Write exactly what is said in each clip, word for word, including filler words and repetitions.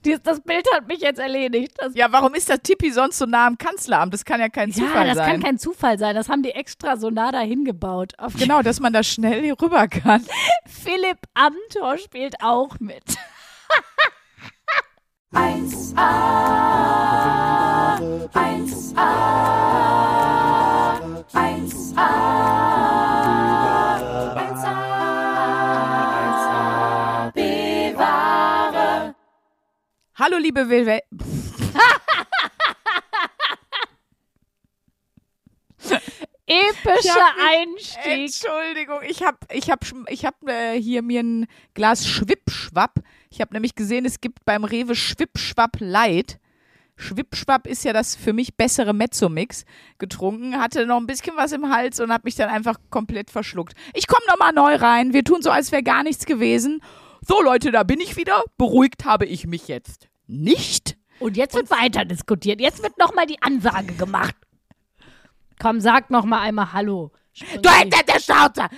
Dies, das Bild hat mich jetzt erledigt. Das ja, warum ist das Tippi sonst so nah am Kanzleramt? Das kann ja kein Zufall sein. Ja, das sein. kann kein Zufall sein. Das haben die extra so nah dahin gebaut. Genau, dass man da schnell hier rüber kann. Philipp Amthor spielt auch mit. eins a, eins a, eins a, eins a, bewahre. Hallo, liebe Wilwe. Epischer hab mich, Einstieg. Entschuldigung, ich habe ich hab, ich hab, äh, hier mir ein Glas Schwippschwapp. Ich habe nämlich gesehen, es gibt beim Rewe Schwippschwapp Light. Schwippschwapp ist ja das für mich bessere Mezzomix. Getrunken, hatte noch ein bisschen was im Hals und habe mich dann einfach komplett verschluckt. Ich komme nochmal neu rein. Wir tun so, als wäre gar nichts gewesen. So Leute, da bin ich wieder. Beruhigt habe ich mich jetzt nicht. Und jetzt wird weiter diskutiert. Jetzt wird nochmal die Ansage gemacht. Komm, sag nochmal einmal Hallo. Du hinter der Schnauze!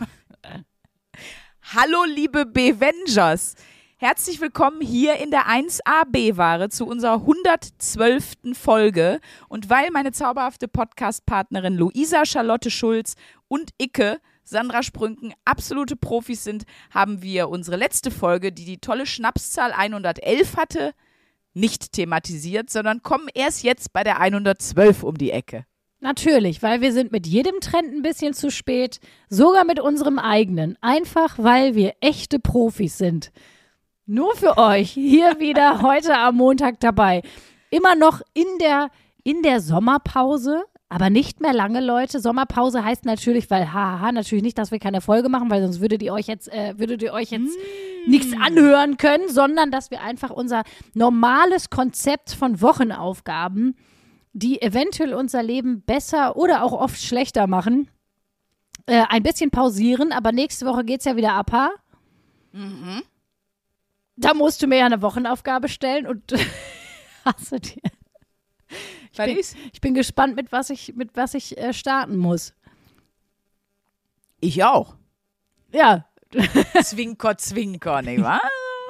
Hallo, liebe Bevengers. Herzlich willkommen hier in der eins a B-Ware zu unserer hundertzwölften Folge. Und weil meine zauberhafte Podcast-Partnerin Luisa Charlotte Schulz und Icke Sandra Sprünken absolute Profis sind, haben wir unsere letzte Folge, die die tolle Schnapszahl hundertelf hatte, nicht thematisiert, sondern kommen erst jetzt bei der hundertzwölf um die Ecke. Natürlich, weil wir sind mit jedem Trend ein bisschen zu spät, sogar mit unserem eigenen. Einfach, weil wir echte Profis sind. Nur für euch, hier wieder heute am Montag dabei. Immer noch in der, in der Sommerpause, aber nicht mehr lange, Leute. Sommerpause heißt natürlich, weil haha, natürlich nicht, dass wir keine Folge machen, weil sonst würdet ihr euch jetzt, äh, würdet ihr euch jetzt mm. nichts anhören können, sondern dass wir einfach unser normales Konzept von Wochenaufgaben, die eventuell unser Leben besser oder auch oft schlechter machen, äh, ein bisschen pausieren, aber nächste Woche geht's ja wieder ab, ha? Mhm. Da musst du mir ja eine Wochenaufgabe stellen und hast du dir. Ich bin, ich bin gespannt, mit was ich, mit was ich äh, starten muss. Ich auch. Ja. Zwinker, zwinker, nicht wahr?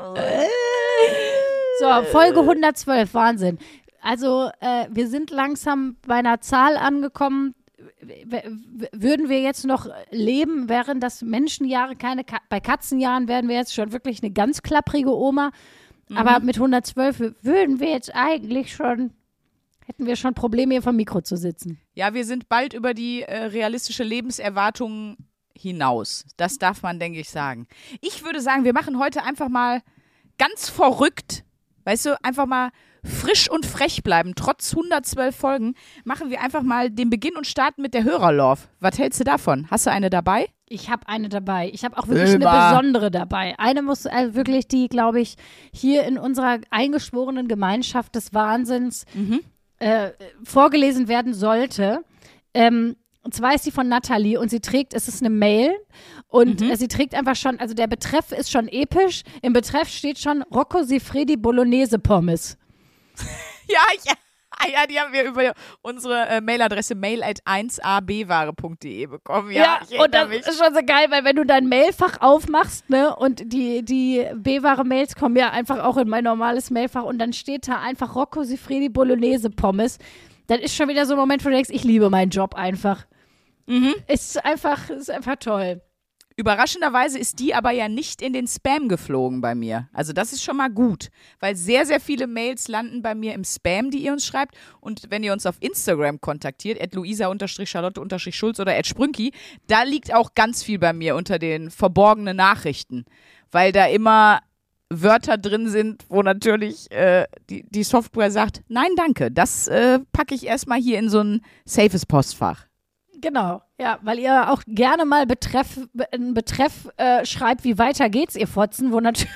So, Folge hundertzwölf, Wahnsinn. Also, äh, wir sind langsam bei einer Zahl angekommen. W- w- würden wir jetzt noch leben, wären das Menschenjahre keine, Ka- bei Katzenjahren wären wir jetzt schon wirklich eine ganz klapprige Oma. Mhm. Aber mit hundertzwölf würden wir jetzt eigentlich schon, hätten wir schon Probleme, hier vom Mikro zu sitzen. Ja, wir sind bald über die äh, realistische Lebenserwartung hinaus. Das darf man, denke ich, sagen. Ich würde sagen, wir machen heute einfach mal ganz verrückt, weißt du, einfach mal frisch und frech bleiben. Trotz hundertzwölf Folgen machen wir einfach mal den Beginn und starten mit der Hörerlove. Was hältst du davon? Hast du eine dabei? Ich habe eine dabei. Ich habe auch wirklich Immer. eine besondere dabei. Eine muss also wirklich, die, glaube ich, hier in unserer eingeschworenen Gemeinschaft des Wahnsinns Mhm. äh, vorgelesen werden sollte. Ähm, und zwar ist sie von Nathalie und sie trägt, es ist eine Mail und Mhm. äh, sie trägt einfach schon, also der Betreff ist schon episch. Im Betreff steht schon Rocco Siffredi Bolognese Pommes. Ja, ja. Ah ja, die haben wir über unsere äh, Mailadresse mail at eins a b ware punkt de bekommen. Ja, ich und das erinnere mich. ist schon so geil, weil wenn du dein Mailfach aufmachst, ne, und die, die B-Ware-Mails kommen ja einfach auch in mein normales Mailfach und dann steht da einfach Rocco Siffredi Bolognese Pommes, dann ist schon wieder so ein Moment, wo du denkst, ich liebe meinen Job einfach. Mhm. Ist einfach, ist einfach toll. Überraschenderweise ist die aber ja nicht in den Spam geflogen bei mir. Also das ist schon mal gut, weil sehr, sehr viele Mails landen bei mir im Spam, die ihr uns schreibt. Und wenn ihr uns auf Instagram kontaktiert, at luisa-charlotte-schulz oder at sprünki, da liegt auch ganz viel bei mir unter den verborgenen Nachrichten, weil da immer Wörter drin sind, wo natürlich äh, die, die Software sagt, nein, danke, das äh, packe ich erstmal hier in so ein safes Postfach. Genau, ja, weil ihr auch gerne mal Betreff, einen Betreff äh, schreibt, wie weiter geht's, ihr Fotzen, wo natürlich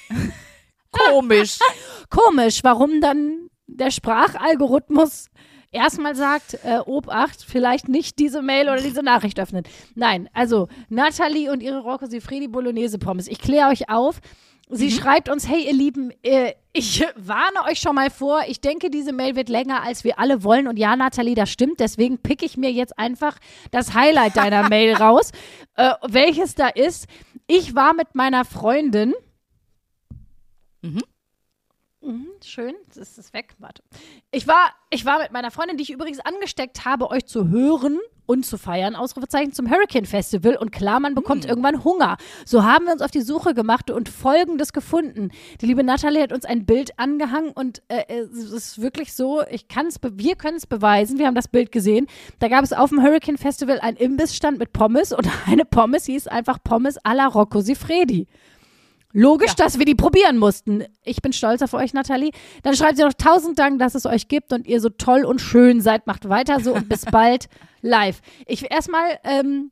Komisch. komisch, warum dann der Sprachalgorithmus erstmal sagt, äh, Obacht, vielleicht nicht diese Mail oder diese Nachricht öffnen. Nein, also Nathalie und ihre Rocco Siffredi Bolognese Pommes. Ich kläre euch auf. Sie mhm. schreibt uns, hey ihr Lieben, äh, ich warne euch schon mal vor, ich denke, diese Mail wird länger, als wir alle wollen. Und ja, Nathalie, das stimmt, deswegen pick ich mir jetzt einfach das Highlight deiner Mail raus, äh, welches da ist. Ich war mit meiner Freundin Mhm. Mhm. schön. Das ist weg. Warte. Ich war, ich war mit meiner Freundin, die ich übrigens angesteckt habe, euch zu hören und zu feiern, Ausrufezeichen, zum Hurricane Festival. Und klar, man bekommt hm. irgendwann Hunger. So haben wir uns auf die Suche gemacht und Folgendes gefunden. Die liebe Natalie hat uns ein Bild angehangen und äh, es ist wirklich so, ich kann's be- wir können es beweisen. Wir haben das Bild gesehen. Da gab es auf dem Hurricane Festival einen Imbissstand mit Pommes und eine Pommes hieß einfach Pommes à la Rocco Siffredi. Logisch, ja. dass wir die probieren mussten. Ich bin stolz auf euch, Nathalie. Dann schreibt sie noch tausend Dank, dass es euch gibt und ihr so toll und schön seid. Macht weiter so und bis bald live. Ich erstmal ähm,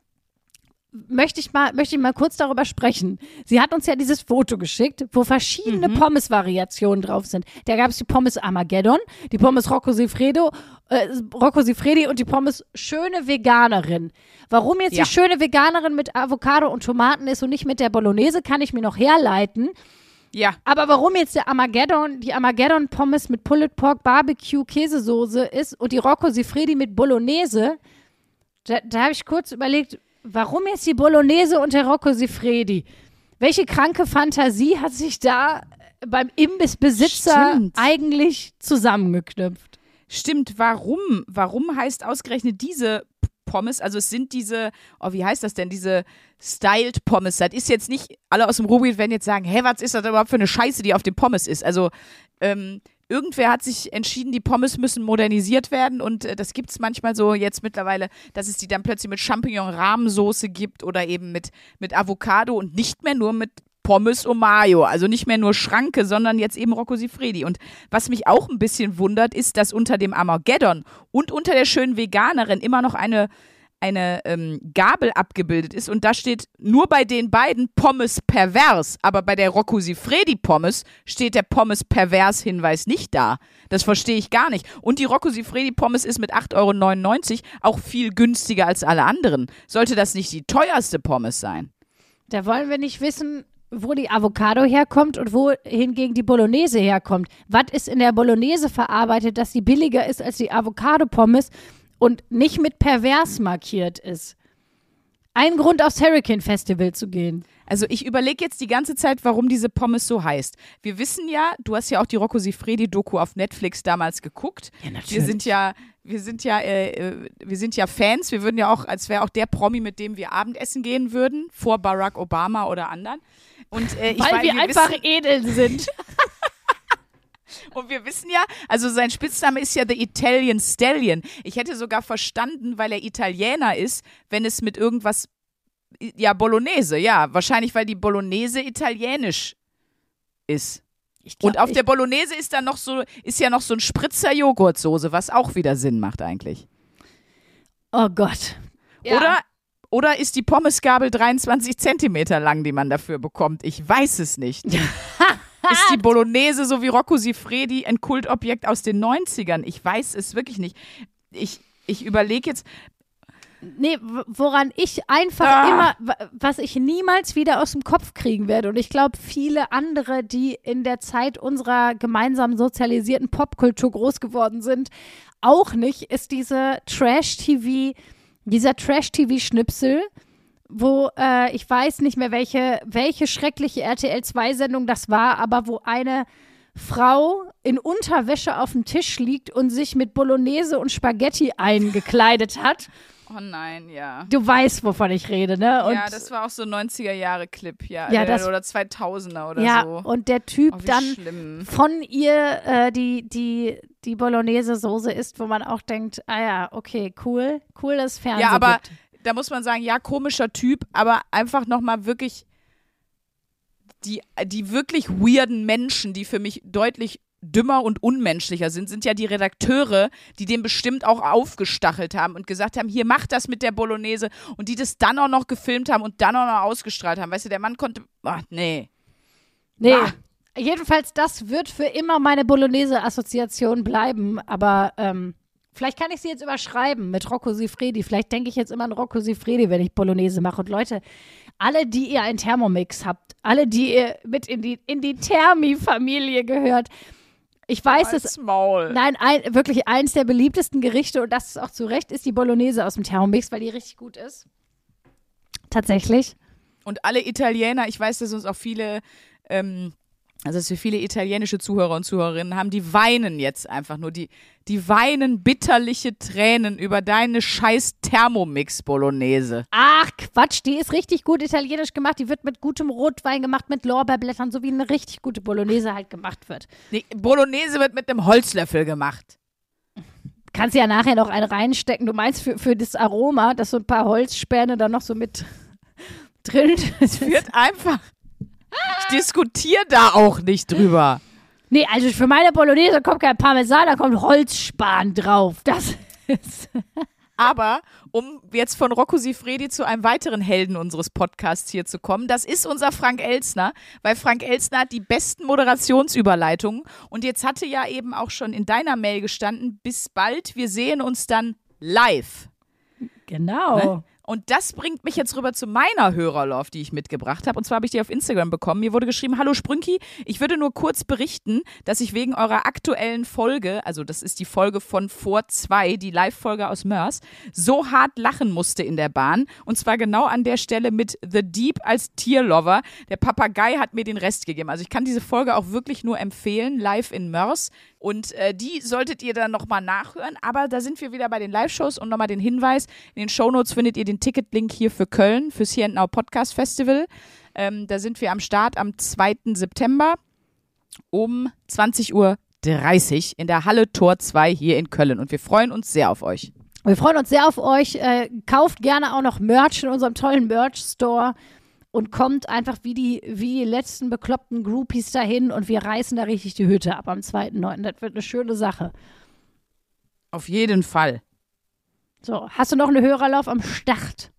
möchte ich mal möchte ich mal kurz darüber sprechen. Sie hat uns ja dieses Foto geschickt, wo verschiedene mhm. Pommes-Variationen drauf sind. Da gab es die Pommes Armageddon, die Pommes Rocco Siffredo, äh, Rocco Siffredi und die Pommes Schöne Veganerin. Warum jetzt ja. die Schöne Veganerin mit Avocado und Tomaten ist und nicht mit der Bolognese, kann ich mir noch herleiten. Ja. Aber warum jetzt der Armageddon, die Armageddon-Pommes mit Pulled Pork, Barbecue, Käsesoße ist und die Rocco Siffredi mit Bolognese, da, da habe ich kurz überlegt, warum jetzt die Bolognese und der Rocco Siffredi? Welche kranke Fantasie hat sich da beim Imbissbesitzer Stimmt. eigentlich zusammengeknüpft? Stimmt, warum? Warum heißt ausgerechnet diese Pommes, also es sind diese, oh, wie heißt das denn, diese Styled Pommes. Das ist jetzt nicht, alle aus dem Ruhrgebiet werden jetzt sagen, hä, was ist das überhaupt für eine Scheiße, die auf dem Pommes ist? Also, ähm, irgendwer hat sich entschieden, die Pommes müssen modernisiert werden und äh, das gibt es manchmal so jetzt mittlerweile, dass es die dann plötzlich mit Champignon-Rahmensoße gibt oder eben mit, mit Avocado und nicht mehr nur mit Pommes und Mayo, also nicht mehr nur Schranke, sondern jetzt eben Rocco Siffredi. Und was mich auch ein bisschen wundert, ist, dass unter dem Armageddon und unter der schönen Veganerin immer noch eine, eine ähm, Gabel abgebildet ist und da steht nur bei den beiden Pommes pervers, aber bei der Rocco Siffredi Pommes steht der Pommes pervers Hinweis nicht da. Das verstehe ich gar nicht. Und die Rocco Siffredi Pommes ist mit acht Euro neunundneunzig auch viel günstiger als alle anderen. Sollte das nicht die teuerste Pommes sein? Da wollen wir nicht wissen, wo die Avocado herkommt und wo hingegen die Bolognese herkommt. Was ist in der Bolognese verarbeitet, dass die billiger ist als die Avocado-Pommes und nicht mit pervers markiert ist? Ein Grund, aufs Hurricane Festival zu gehen. Also ich überlege jetzt die ganze Zeit, warum diese Pommes so heißt. Wir wissen ja, du hast ja auch die Rocco Siffredi-Doku auf Netflix damals geguckt. Ja, natürlich. Wir sind ja, wir sind ja, äh, wir sind ja Fans. Wir würden ja auch, als wäre auch der Promi, mit dem wir Abendessen gehen würden, vor Barack Obama oder anderen. Und, äh, ich Weil weiß, wir, wir einfach wissen, edel sind. Und wir wissen ja, also sein Spitzname ist ja The Italian Stallion. Ich hätte sogar verstanden, weil er Italiener ist, wenn es mit irgendwas, ja, Bolognese, ja, wahrscheinlich, weil die Bolognese italienisch ist. Ich glaub, Und auf ich, der Bolognese ist dann noch so, ist ja noch so ein Spritzer Joghurtsoße, was auch wieder Sinn macht eigentlich. Oh Gott. Ja. Oder, oder ist die Pommesgabel dreiundzwanzig Zentimeter lang, die man dafür bekommt? Ich weiß es nicht. Ist die Bolognese so wie Rocco Siffredi ein Kultobjekt aus den neunzigern? Ich weiß es wirklich nicht. Ich, ich überlege jetzt. Nee, woran ich einfach ah. immer, was ich niemals wieder aus dem Kopf kriegen werde und ich glaube viele andere, die in der Zeit unserer gemeinsam sozialisierten Popkultur groß geworden sind, auch nicht, ist diese Trash-T V, dieser Trash-T V-Schnipsel, wo äh, ich weiß nicht mehr, welche, welche schreckliche R T L zwei Sendung das war, aber wo eine Frau in Unterwäsche auf dem Tisch liegt und sich mit Bolognese und Spaghetti eingekleidet hat. Oh nein, ja. Du weißt, wovon ich rede, ne? Und ja, das war auch so ein neunziger-Jahre-Clip, ja. ja das, oder zweitausender oder ja, so. Ja, und der Typ oh, dann schlimm. von ihr äh, die, die, die Bolognese-Soße isst, wo man auch denkt, ah ja, okay, cool, cool, dass es Fernsehen Ja, aber gibt. Da muss man sagen, ja, komischer Typ, aber einfach nochmal wirklich die, die wirklich weirden Menschen, die für mich deutlich dümmer und unmenschlicher sind, sind ja die Redakteure, die den bestimmt auch aufgestachelt haben und gesagt haben, hier, mach das mit der Bolognese und die das dann auch noch gefilmt haben und dann auch noch ausgestrahlt haben. Weißt du, der Mann konnte, ach, nee. Nee, ah. jedenfalls, das wird für immer meine Bolognese-Assoziation bleiben, aber ähm, vielleicht kann ich sie jetzt überschreiben mit Rocco Siffredi. Vielleicht denke ich jetzt immer an Rocco Siffredi, wenn ich Bolognese mache. Und Leute, alle, die ihr einen Thermomix habt, alle, die ihr mit in die, in die Thermi-Familie gehört, ich weiß es. Maul. Nein, ein, wirklich eins der beliebtesten Gerichte, und das ist auch zu Recht, ist die Bolognese aus dem Thermomix, weil die richtig gut ist. Tatsächlich. Und alle Italiener, ich weiß, dass uns auch viele ähm, also dass wir viele italienische Zuhörer und Zuhörerinnen haben, die weinen jetzt einfach nur. Die, die weinen bitterliche Tränen über deine scheiß Thermomix-Bolognese. Ach, Quatsch, die ist richtig gut italienisch gemacht. Die wird mit gutem Rotwein gemacht, mit Lorbeerblättern, so wie eine richtig gute Bolognese halt gemacht wird. Nee, Bolognese wird mit einem Holzlöffel gemacht. Kannst ja nachher noch einen reinstecken. Du meinst für, für das Aroma, dass so ein paar Holzspäne da noch so mit drin Es wird einfach... Ich diskutiere da auch nicht drüber. Nee, also für meine Bolognese kommt kein Parmesan, da kommt Holzspan drauf. Das ist... Aber um jetzt von Rocco Siffredi zu einem weiteren Helden unseres Podcasts hier zu kommen, das ist unser Frank Elstner, weil Frank Elstner hat die besten Moderationsüberleitungen und jetzt hatte ja eben auch schon in deiner Mail gestanden, bis bald, wir sehen uns dann live. Genau. Ne? Und das bringt mich jetzt rüber zu meiner Hörerlove, die ich mitgebracht habe. Und zwar habe ich die auf Instagram bekommen. Mir wurde geschrieben, hallo Sprünki, ich würde nur kurz berichten, dass ich wegen eurer aktuellen Folge, also das ist die Folge von vor zwei, die Live-Folge aus Mörs, so hart lachen musste in der Bahn. Und zwar genau an der Stelle mit The Deep als Tierlover. Der Papagei hat mir den Rest gegeben. Also ich kann diese Folge auch wirklich nur empfehlen, live in Mörs. Und äh, die solltet ihr dann nochmal nachhören. Aber da sind wir wieder bei den Live-Shows und nochmal den Hinweis, in den Shownotes findet ihr den Ticketlink hier für Köln, fürs Here and Now Podcast Festival. Ähm, da sind wir am Start am zweiten September um zwanzig Uhr dreißig in der Halle Tor zwei hier in Köln. Und wir freuen uns sehr auf euch. Wir freuen uns sehr auf euch. Äh, kauft gerne auch noch Merch in unserem tollen Merch-Store und kommt einfach wie die, wie die letzten bekloppten Groupies dahin und wir reißen da richtig die Hütte ab am zweiten neunten Das wird eine schöne Sache. Auf jeden Fall. So, hast du noch eine Hörerlauf am Start?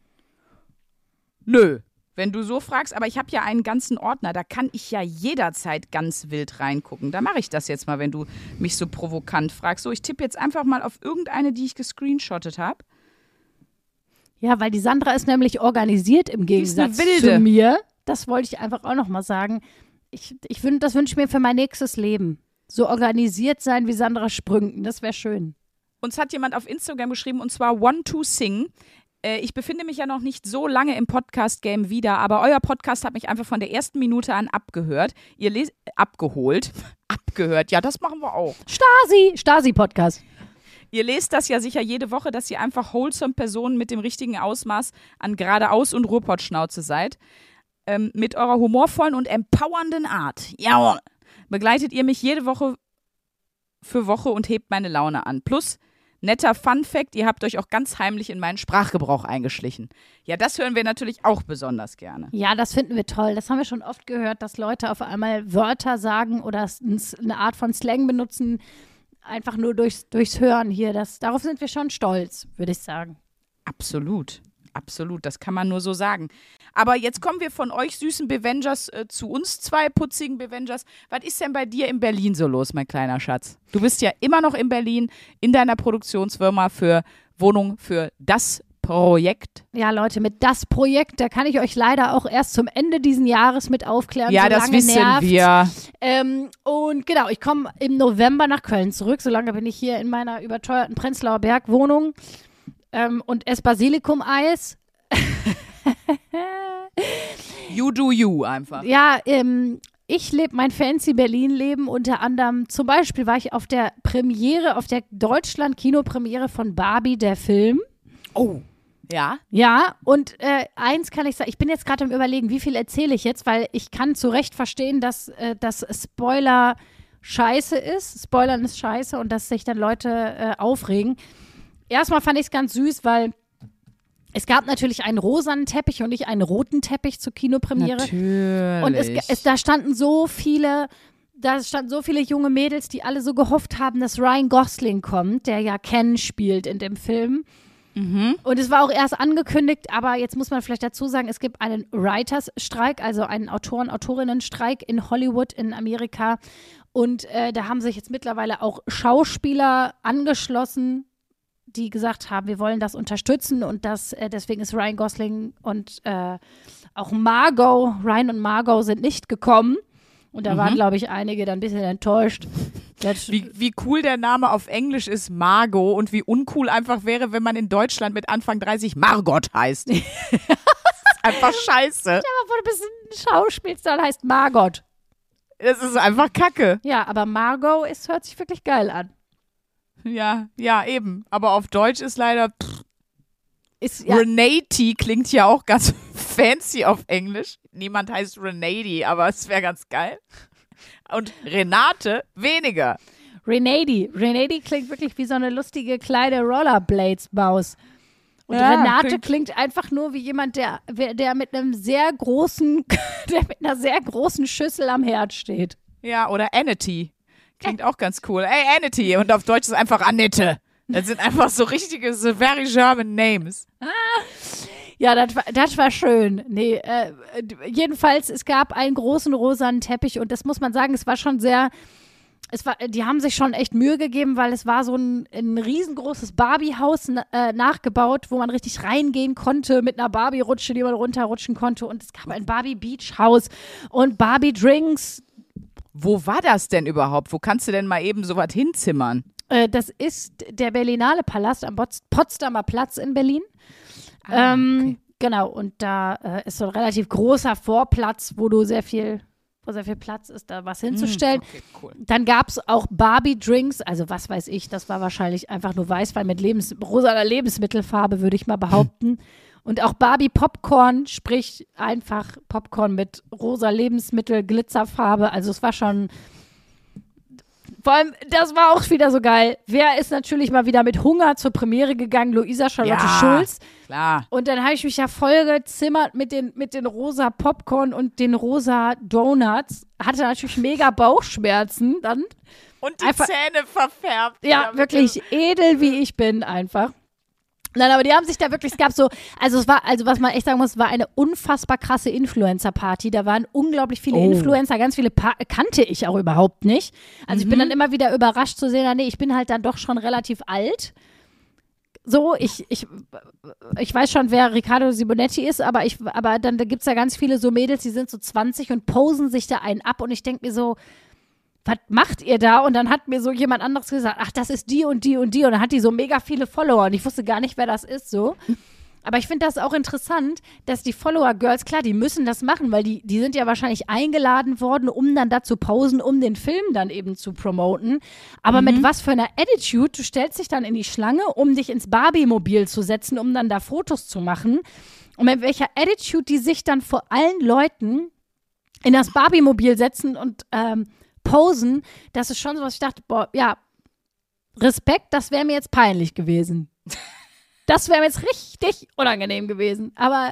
Nö, wenn du so fragst, aber ich habe ja einen ganzen Ordner, da kann ich ja jederzeit ganz wild reingucken. Da mache ich das jetzt mal, wenn du mich so provokant fragst. So, ich tippe jetzt einfach mal auf irgendeine, die ich gescreenshottet habe. Ja, weil die Sandra ist nämlich organisiert im Gegensatz zu mir. Das wollte ich einfach auch noch mal sagen. Ich, ich find, das wünsche ich mir für mein nächstes Leben. So organisiert sein wie Sandra Sprünken, das wäre schön. Uns hat jemand auf Instagram geschrieben, und zwar One to Sing. Äh, ich befinde mich ja noch nicht so lange im Podcast-Game wieder, aber euer Podcast hat mich einfach von der ersten Minute an abgehört. Ihr lest, abgeholt. Abgehört, ja, das machen wir auch. Stasi, Stasi-Podcast. Ihr lest das ja sicher jede Woche, dass ihr einfach wholesome Personen mit dem richtigen Ausmaß an geradeaus und Ruhrpottschnauze seid. Ähm, mit eurer humorvollen und empowernden Art. Jawohl. Begleitet ihr mich jede Woche für Woche und hebt meine Laune an. Plus, netter Fun-Fact, ihr habt euch auch ganz heimlich in meinen Sprachgebrauch eingeschlichen. Ja, das hören wir natürlich auch besonders gerne. Ja, das finden wir toll. Das haben wir schon oft gehört, dass Leute auf einmal Wörter sagen oder eine Art von Slang benutzen, einfach nur durchs, durchs Hören hier. Das, darauf sind wir schon stolz, würde ich sagen. Absolut. Absolut, das kann man nur so sagen. Aber jetzt kommen wir von euch süßen Bevengers äh, zu uns zwei putzigen Bevengers. Was ist denn bei dir in Berlin so los, mein kleiner Schatz? Du bist ja immer noch in Berlin, in deiner Produktionsfirma für Wohnung für das Projekt. Ja, Leute, mit das Projekt, da kann ich euch leider auch erst zum Ende diesen Jahres mit aufklären. Ja, so das lange wissen nervt. wir. Ähm, und genau, ich komme im November nach Köln zurück. Solange bin ich hier in meiner überteuerten Prenzlauer Berg Wohnung. Ähm, und esse Basilikum-Eis. You do you einfach. Ja, ähm, ich lebe mein fancy Berlin-Leben. Unter anderem, zum Beispiel war ich auf der Premiere, auf der Deutschland-Kinopremiere von Barbie, der Film. Oh, ja? Ja, und äh, eins kann ich sagen, ich bin jetzt gerade am Überlegen, wie viel erzähle ich jetzt, weil ich kann zu Recht verstehen, dass äh, das Spoiler scheiße ist. Spoilern ist scheiße und dass sich dann Leute äh, aufregen. Erstmal fand ich es ganz süß, weil es gab natürlich einen rosanen Teppich und nicht einen roten Teppich zur Kinopremiere. Natürlich. Und es, es, da standen so viele, da standen so viele junge Mädels, die alle so gehofft haben, dass Ryan Gosling kommt, der ja Ken spielt in dem Film. Mhm. Und es war auch erst angekündigt, aber jetzt muss man vielleicht dazu sagen, es gibt einen Writers-Streik, also einen Autoren-Autorinnen-Streik in Hollywood in Amerika. Und äh, da haben sich jetzt mittlerweile auch Schauspieler angeschlossen, die gesagt haben, wir wollen das unterstützen und das, äh, deswegen ist Ryan Gosling und äh, auch Margot, Ryan und Margot sind nicht gekommen. Und da mhm. waren, glaube ich, einige dann ein bisschen enttäuscht. Wie, wie cool der Name auf Englisch ist, Margot, und wie uncool einfach wäre, wenn man in Deutschland mit Anfang dreißig Margot heißt. Das ist einfach scheiße. Ja, aber wo du bist ein Schauspielster und heißt Margot. Das ist einfach Kacke. Ja, aber Margot ist, hört sich wirklich geil an. Ja, ja, eben. Aber auf Deutsch ist leider pff. Ist, ja, Renati klingt ja auch ganz fancy auf Englisch. Niemand heißt Renati, aber es wäre ganz geil. Und Renate weniger. Renati. Renati klingt wirklich wie so eine lustige kleine Rollerblades-Maus. Und Ja, Renate klingt- klingt einfach nur wie jemand, der, der mit einem sehr großen, der mit einer sehr großen Schüssel am Herd steht. Ja, oder Annette. Klingt auch ganz cool. Ey, Annette. Und auf Deutsch ist einfach Annette. Das sind einfach so richtige, so very German names. Ja, das war, das war schön. Nee, äh, jedenfalls, es gab einen großen rosanen Teppich und das muss man sagen, es war schon sehr, es war, die haben sich schon echt Mühe gegeben, weil es war so ein, ein riesengroßes Barbie-Haus äh, nachgebaut, wo man richtig reingehen konnte mit einer Barbie-Rutsche, die man runterrutschen konnte und es gab ein Barbie-Beach-Haus und Barbie-Drinks. Wo war das denn überhaupt? Wo kannst du denn mal eben sowas hinzimmern? Äh, das ist der Berlinale Palast am Pots- Potsdamer Platz in Berlin. Ah, ähm, okay. Genau, und da äh, ist so ein relativ großer Vorplatz, wo du sehr viel, wo sehr viel Platz ist, da was hinzustellen. Okay, cool. Dann gab es auch Barbie-Drinks, also was weiß ich, das war wahrscheinlich einfach nur Weißwein mit Lebens rosaner Lebensmittelfarbe, würde ich mal behaupten. Und auch Barbie-Popcorn, sprich einfach Popcorn mit rosa Lebensmittel, Glitzerfarbe, also es war schon. Vor allem, das war auch wieder so geil. Wer ist natürlich mal wieder mit Hunger zur Premiere gegangen? Luisa Charlotte Ja. Schulz. Klar. Und dann habe ich mich ja voll gezimmert mit den, mit den rosa Popcorn und den rosa Donuts. Hatte natürlich mega Bauchschmerzen dann. Und die Einfach- Zähne verfärbt. Ja, mit wirklich edel, wie ich bin einfach. Nein, aber die haben sich da wirklich, es gab so, also es war, also was man echt sagen muss, es war eine unfassbar krasse Influencer-Party. Da waren unglaublich viele Oh. Influencer, ganz viele pa- kannte ich auch überhaupt nicht. Also ich bin dann immer wieder überrascht zu sehen, ah, nee, ich bin halt dann doch schon relativ alt. So, ich, ich, ich weiß schon, wer Riccardo Simonetti ist, aber ich, aber dann da gibt es ja ganz viele so Mädels, die sind so zwanzig und posen sich da einen ab und ich denke mir so, was macht ihr da? Und dann hat mir so jemand anderes gesagt, ach, das ist die und die und die. Und dann hat die so mega viele Follower und ich wusste gar nicht, wer das ist, so. Aber ich finde das auch interessant, dass die Follower-Girls, klar, die müssen das machen, weil die, die sind ja wahrscheinlich eingeladen worden, um dann da zu posen, um den Film dann eben zu promoten. Aber mit was für einer Attitude, du stellst dich dann in die Schlange, um dich ins Barbie-Mobil zu setzen, um dann da Fotos zu machen. Und mit welcher Attitude die sich dann vor allen Leuten in das Barbie-Mobil setzen und ähm, posen, das ist schon so, was ich dachte, boah, ja, Respekt, das wäre mir jetzt peinlich gewesen. Das wäre mir jetzt richtig unangenehm gewesen. Aber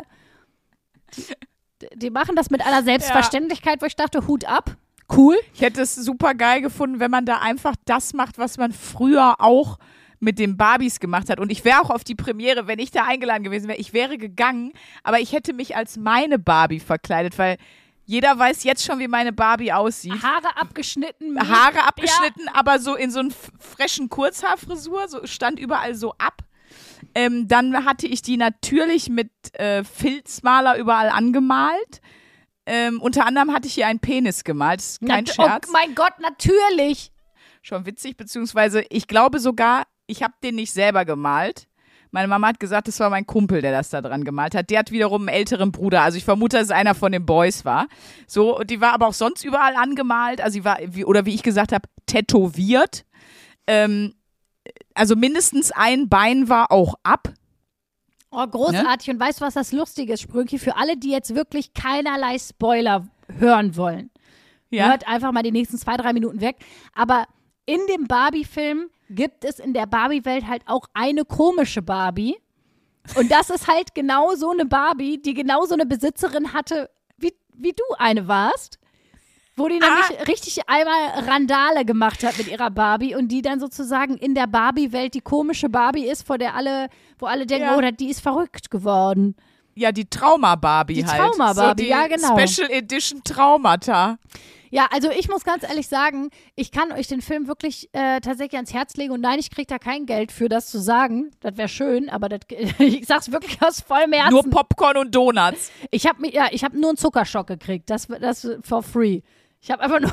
die, die machen das mit einer Selbstverständlichkeit, wo ich dachte, Hut ab, cool. Ich hätte es super geil gefunden, wenn man da einfach das macht, was man früher auch mit den Barbies gemacht hat. Und ich wäre auch auf die Premiere, wenn ich da eingeladen gewesen wäre, ich wäre gegangen, aber ich hätte mich als meine Barbie verkleidet, weil jeder weiß jetzt schon, wie meine Barbie aussieht. Haare abgeschnitten. Haare abgeschnitten, aber so in so einen frischen Kurzhaarfrisur, so stand überall so ab. Ähm, dann hatte ich die natürlich mit äh, Filzmaler überall angemalt. Ähm, unter anderem hatte ich hier einen Penis gemalt. Das ist kein Nat- Scherz. Oh mein Gott, natürlich. Schon witzig, beziehungsweise ich glaube sogar, ich habe den nicht selber gemalt. Meine Mama hat gesagt, das war mein Kumpel, der das da dran gemalt hat. Der hat wiederum einen älteren Bruder. Also ich vermute, dass es einer von den Boys war. So, und die war aber auch sonst überall angemalt. Also sie war, wie, oder wie ich gesagt habe, tätowiert. Ähm, also mindestens ein Bein war auch ab. Oh, großartig. Und weißt du, was das Lustige ist, Sprünki? Für alle, die jetzt wirklich keinerlei Spoiler hören wollen. Ja. Hört einfach mal die nächsten zwei, drei Minuten weg. Aber in dem Barbie-Film gibt es in der Barbie-Welt halt auch eine komische Barbie. Und das ist halt genau so eine Barbie, die genau so eine Besitzerin hatte, wie, wie du eine warst. Wo die Ah. nämlich richtig einmal Randale gemacht hat mit ihrer Barbie und die dann sozusagen in der Barbie-Welt die komische Barbie ist, vor der alle, wo alle denken, Ja. oh, die ist verrückt geworden. Ja, die Trauma-Barbie Die halt. Trauma-Barbie, so die ja, genau. Special Edition Traumata. Ja, also ich muss ganz ehrlich sagen, ich kann euch den Film wirklich äh, tatsächlich ans Herz legen und nein, ich kriege da kein Geld für, das zu sagen. Das wäre schön, aber das, ich sag's wirklich aus vollem Herzen. Nur Popcorn und Donuts. Ich habe ja, ich habe nur einen Zuckerschock gekriegt, das das for free. Ich habe einfach nur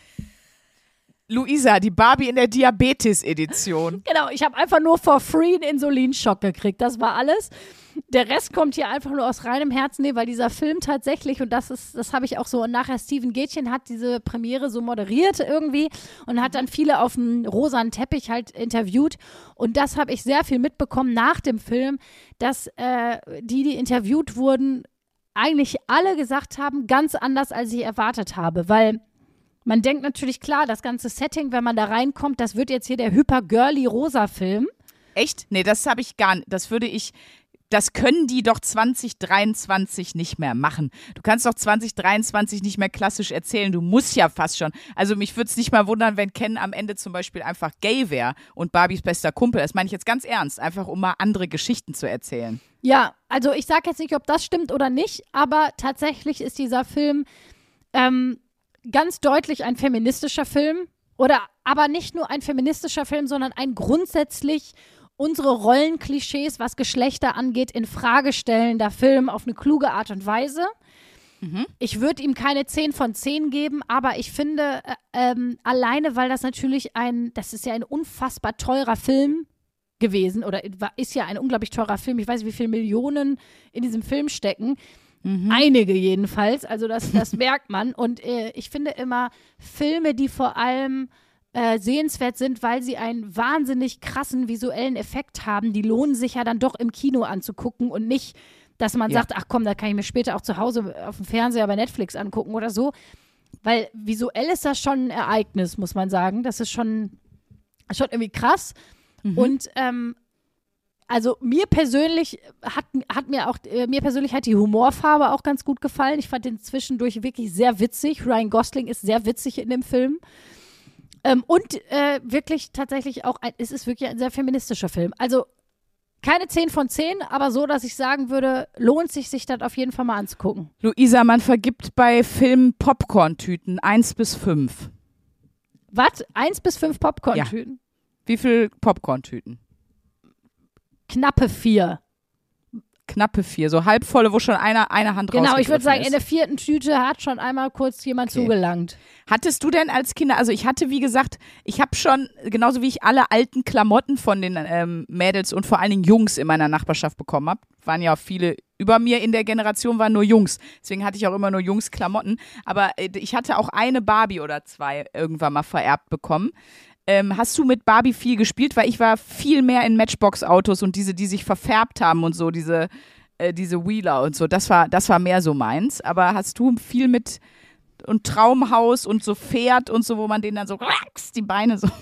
Luisa, die Barbie in der Diabetes-Edition. genau, ich habe einfach nur for free einen Insulinschock gekriegt. Das war alles. der Rest kommt hier einfach nur aus reinem Herzen, nee, weil dieser Film tatsächlich, und das ist, das habe ich auch so, und nachher Steven Gätchen hat diese Premiere so moderiert irgendwie und hat dann viele auf dem rosanen Teppich halt interviewt und das habe ich sehr viel mitbekommen nach dem Film, dass äh, die, die interviewt wurden, eigentlich alle gesagt haben, ganz anders, als ich erwartet habe, weil man denkt natürlich, klar, das ganze Setting, wenn man da reinkommt, das wird jetzt hier der hyper-girly-rosa-Film. Echt? Nee, das habe ich gar nicht. Das würde ich, das können die doch zwanzig dreiundzwanzig nicht mehr machen. Du kannst doch zwanzig dreiundzwanzig nicht mehr klassisch erzählen. Du musst ja fast schon. Also mich würde es nicht mal wundern, wenn Ken am Ende zum Beispiel einfach gay wäre und Barbies bester Kumpel. Das meine ich jetzt ganz ernst. Einfach, um mal andere Geschichten zu erzählen. Ja, also ich sage jetzt nicht, ob das stimmt oder nicht, aber tatsächlich ist dieser Film ähm, ganz deutlich ein feministischer Film. Oder aber nicht nur ein feministischer Film, sondern ein grundsätzlich unsere Rollenklischees, was Geschlechter angeht, in Frage stellender Film auf eine kluge Art und Weise. Mhm. Ich würde ihm keine zehn von zehn geben, aber ich finde, äh, ähm, alleine, weil das natürlich ein, das ist ja ein unfassbar teurer Film gewesen oder ist ja ein unglaublich teurer Film. Ich weiß nicht, wie viele Millionen in diesem Film stecken. Mhm. Einige jedenfalls, also das, das merkt man. Und äh, ich finde immer Filme, die vor allem äh, sehenswert sind, weil sie einen wahnsinnig krassen visuellen Effekt haben, die lohnen sich ja dann doch im Kino anzugucken und nicht, dass man ja. sagt, ach komm, da kann ich mir später auch zu Hause auf dem Fernseher bei Netflix angucken oder so. Weil visuell ist das schon ein Ereignis, muss man sagen. Das ist schon, schon irgendwie krass. Mhm. Und ähm, also mir persönlich hat, hat mir auch, äh, mir persönlich hat die Humorfarbe auch ganz gut gefallen. Ich fand den zwischendurch wirklich sehr witzig. Ryan Gosling ist sehr witzig in dem Film. Ähm, und äh, wirklich tatsächlich auch, ein, es ist wirklich ein sehr feministischer Film. Also keine zehn von zehn, aber so, dass ich sagen würde, lohnt sich, sich das auf jeden Fall mal anzugucken. Luisa, man vergibt bei Filmen Popcorn-Tüten eins bis fünf. Was? eins bis fünf Popcorn-Tüten? Ja. Wie viel Popcorn-Tüten? Knappe vier. Knappe vier, so halbvolle, wo schon eine, eine Hand Genau, ich würde sagen, ist. in der vierten Tüte hat schon einmal kurz jemand okay. zugelangt. Hattest du denn als Kinder, also ich hatte, wie gesagt, ich habe schon, genauso wie ich alle alten Klamotten von den ähm, Mädels und vor allen Dingen Jungs in meiner Nachbarschaft bekommen habe, waren ja auch viele, über mir in der Generation waren nur Jungs, deswegen hatte ich auch immer nur Jungs-Klamotten, aber äh, ich hatte auch eine Barbie oder zwei irgendwann mal vererbt bekommen. Ähm, hast du mit Barbie viel gespielt? Weil ich war viel mehr in Matchbox-Autos und diese, die sich verfärbt haben und so, diese, äh, diese Wheeler und so. Das war, das war mehr so meins. Aber hast du viel mit und Traumhaus und so Pferd und so, wo man denen dann so die Beine so.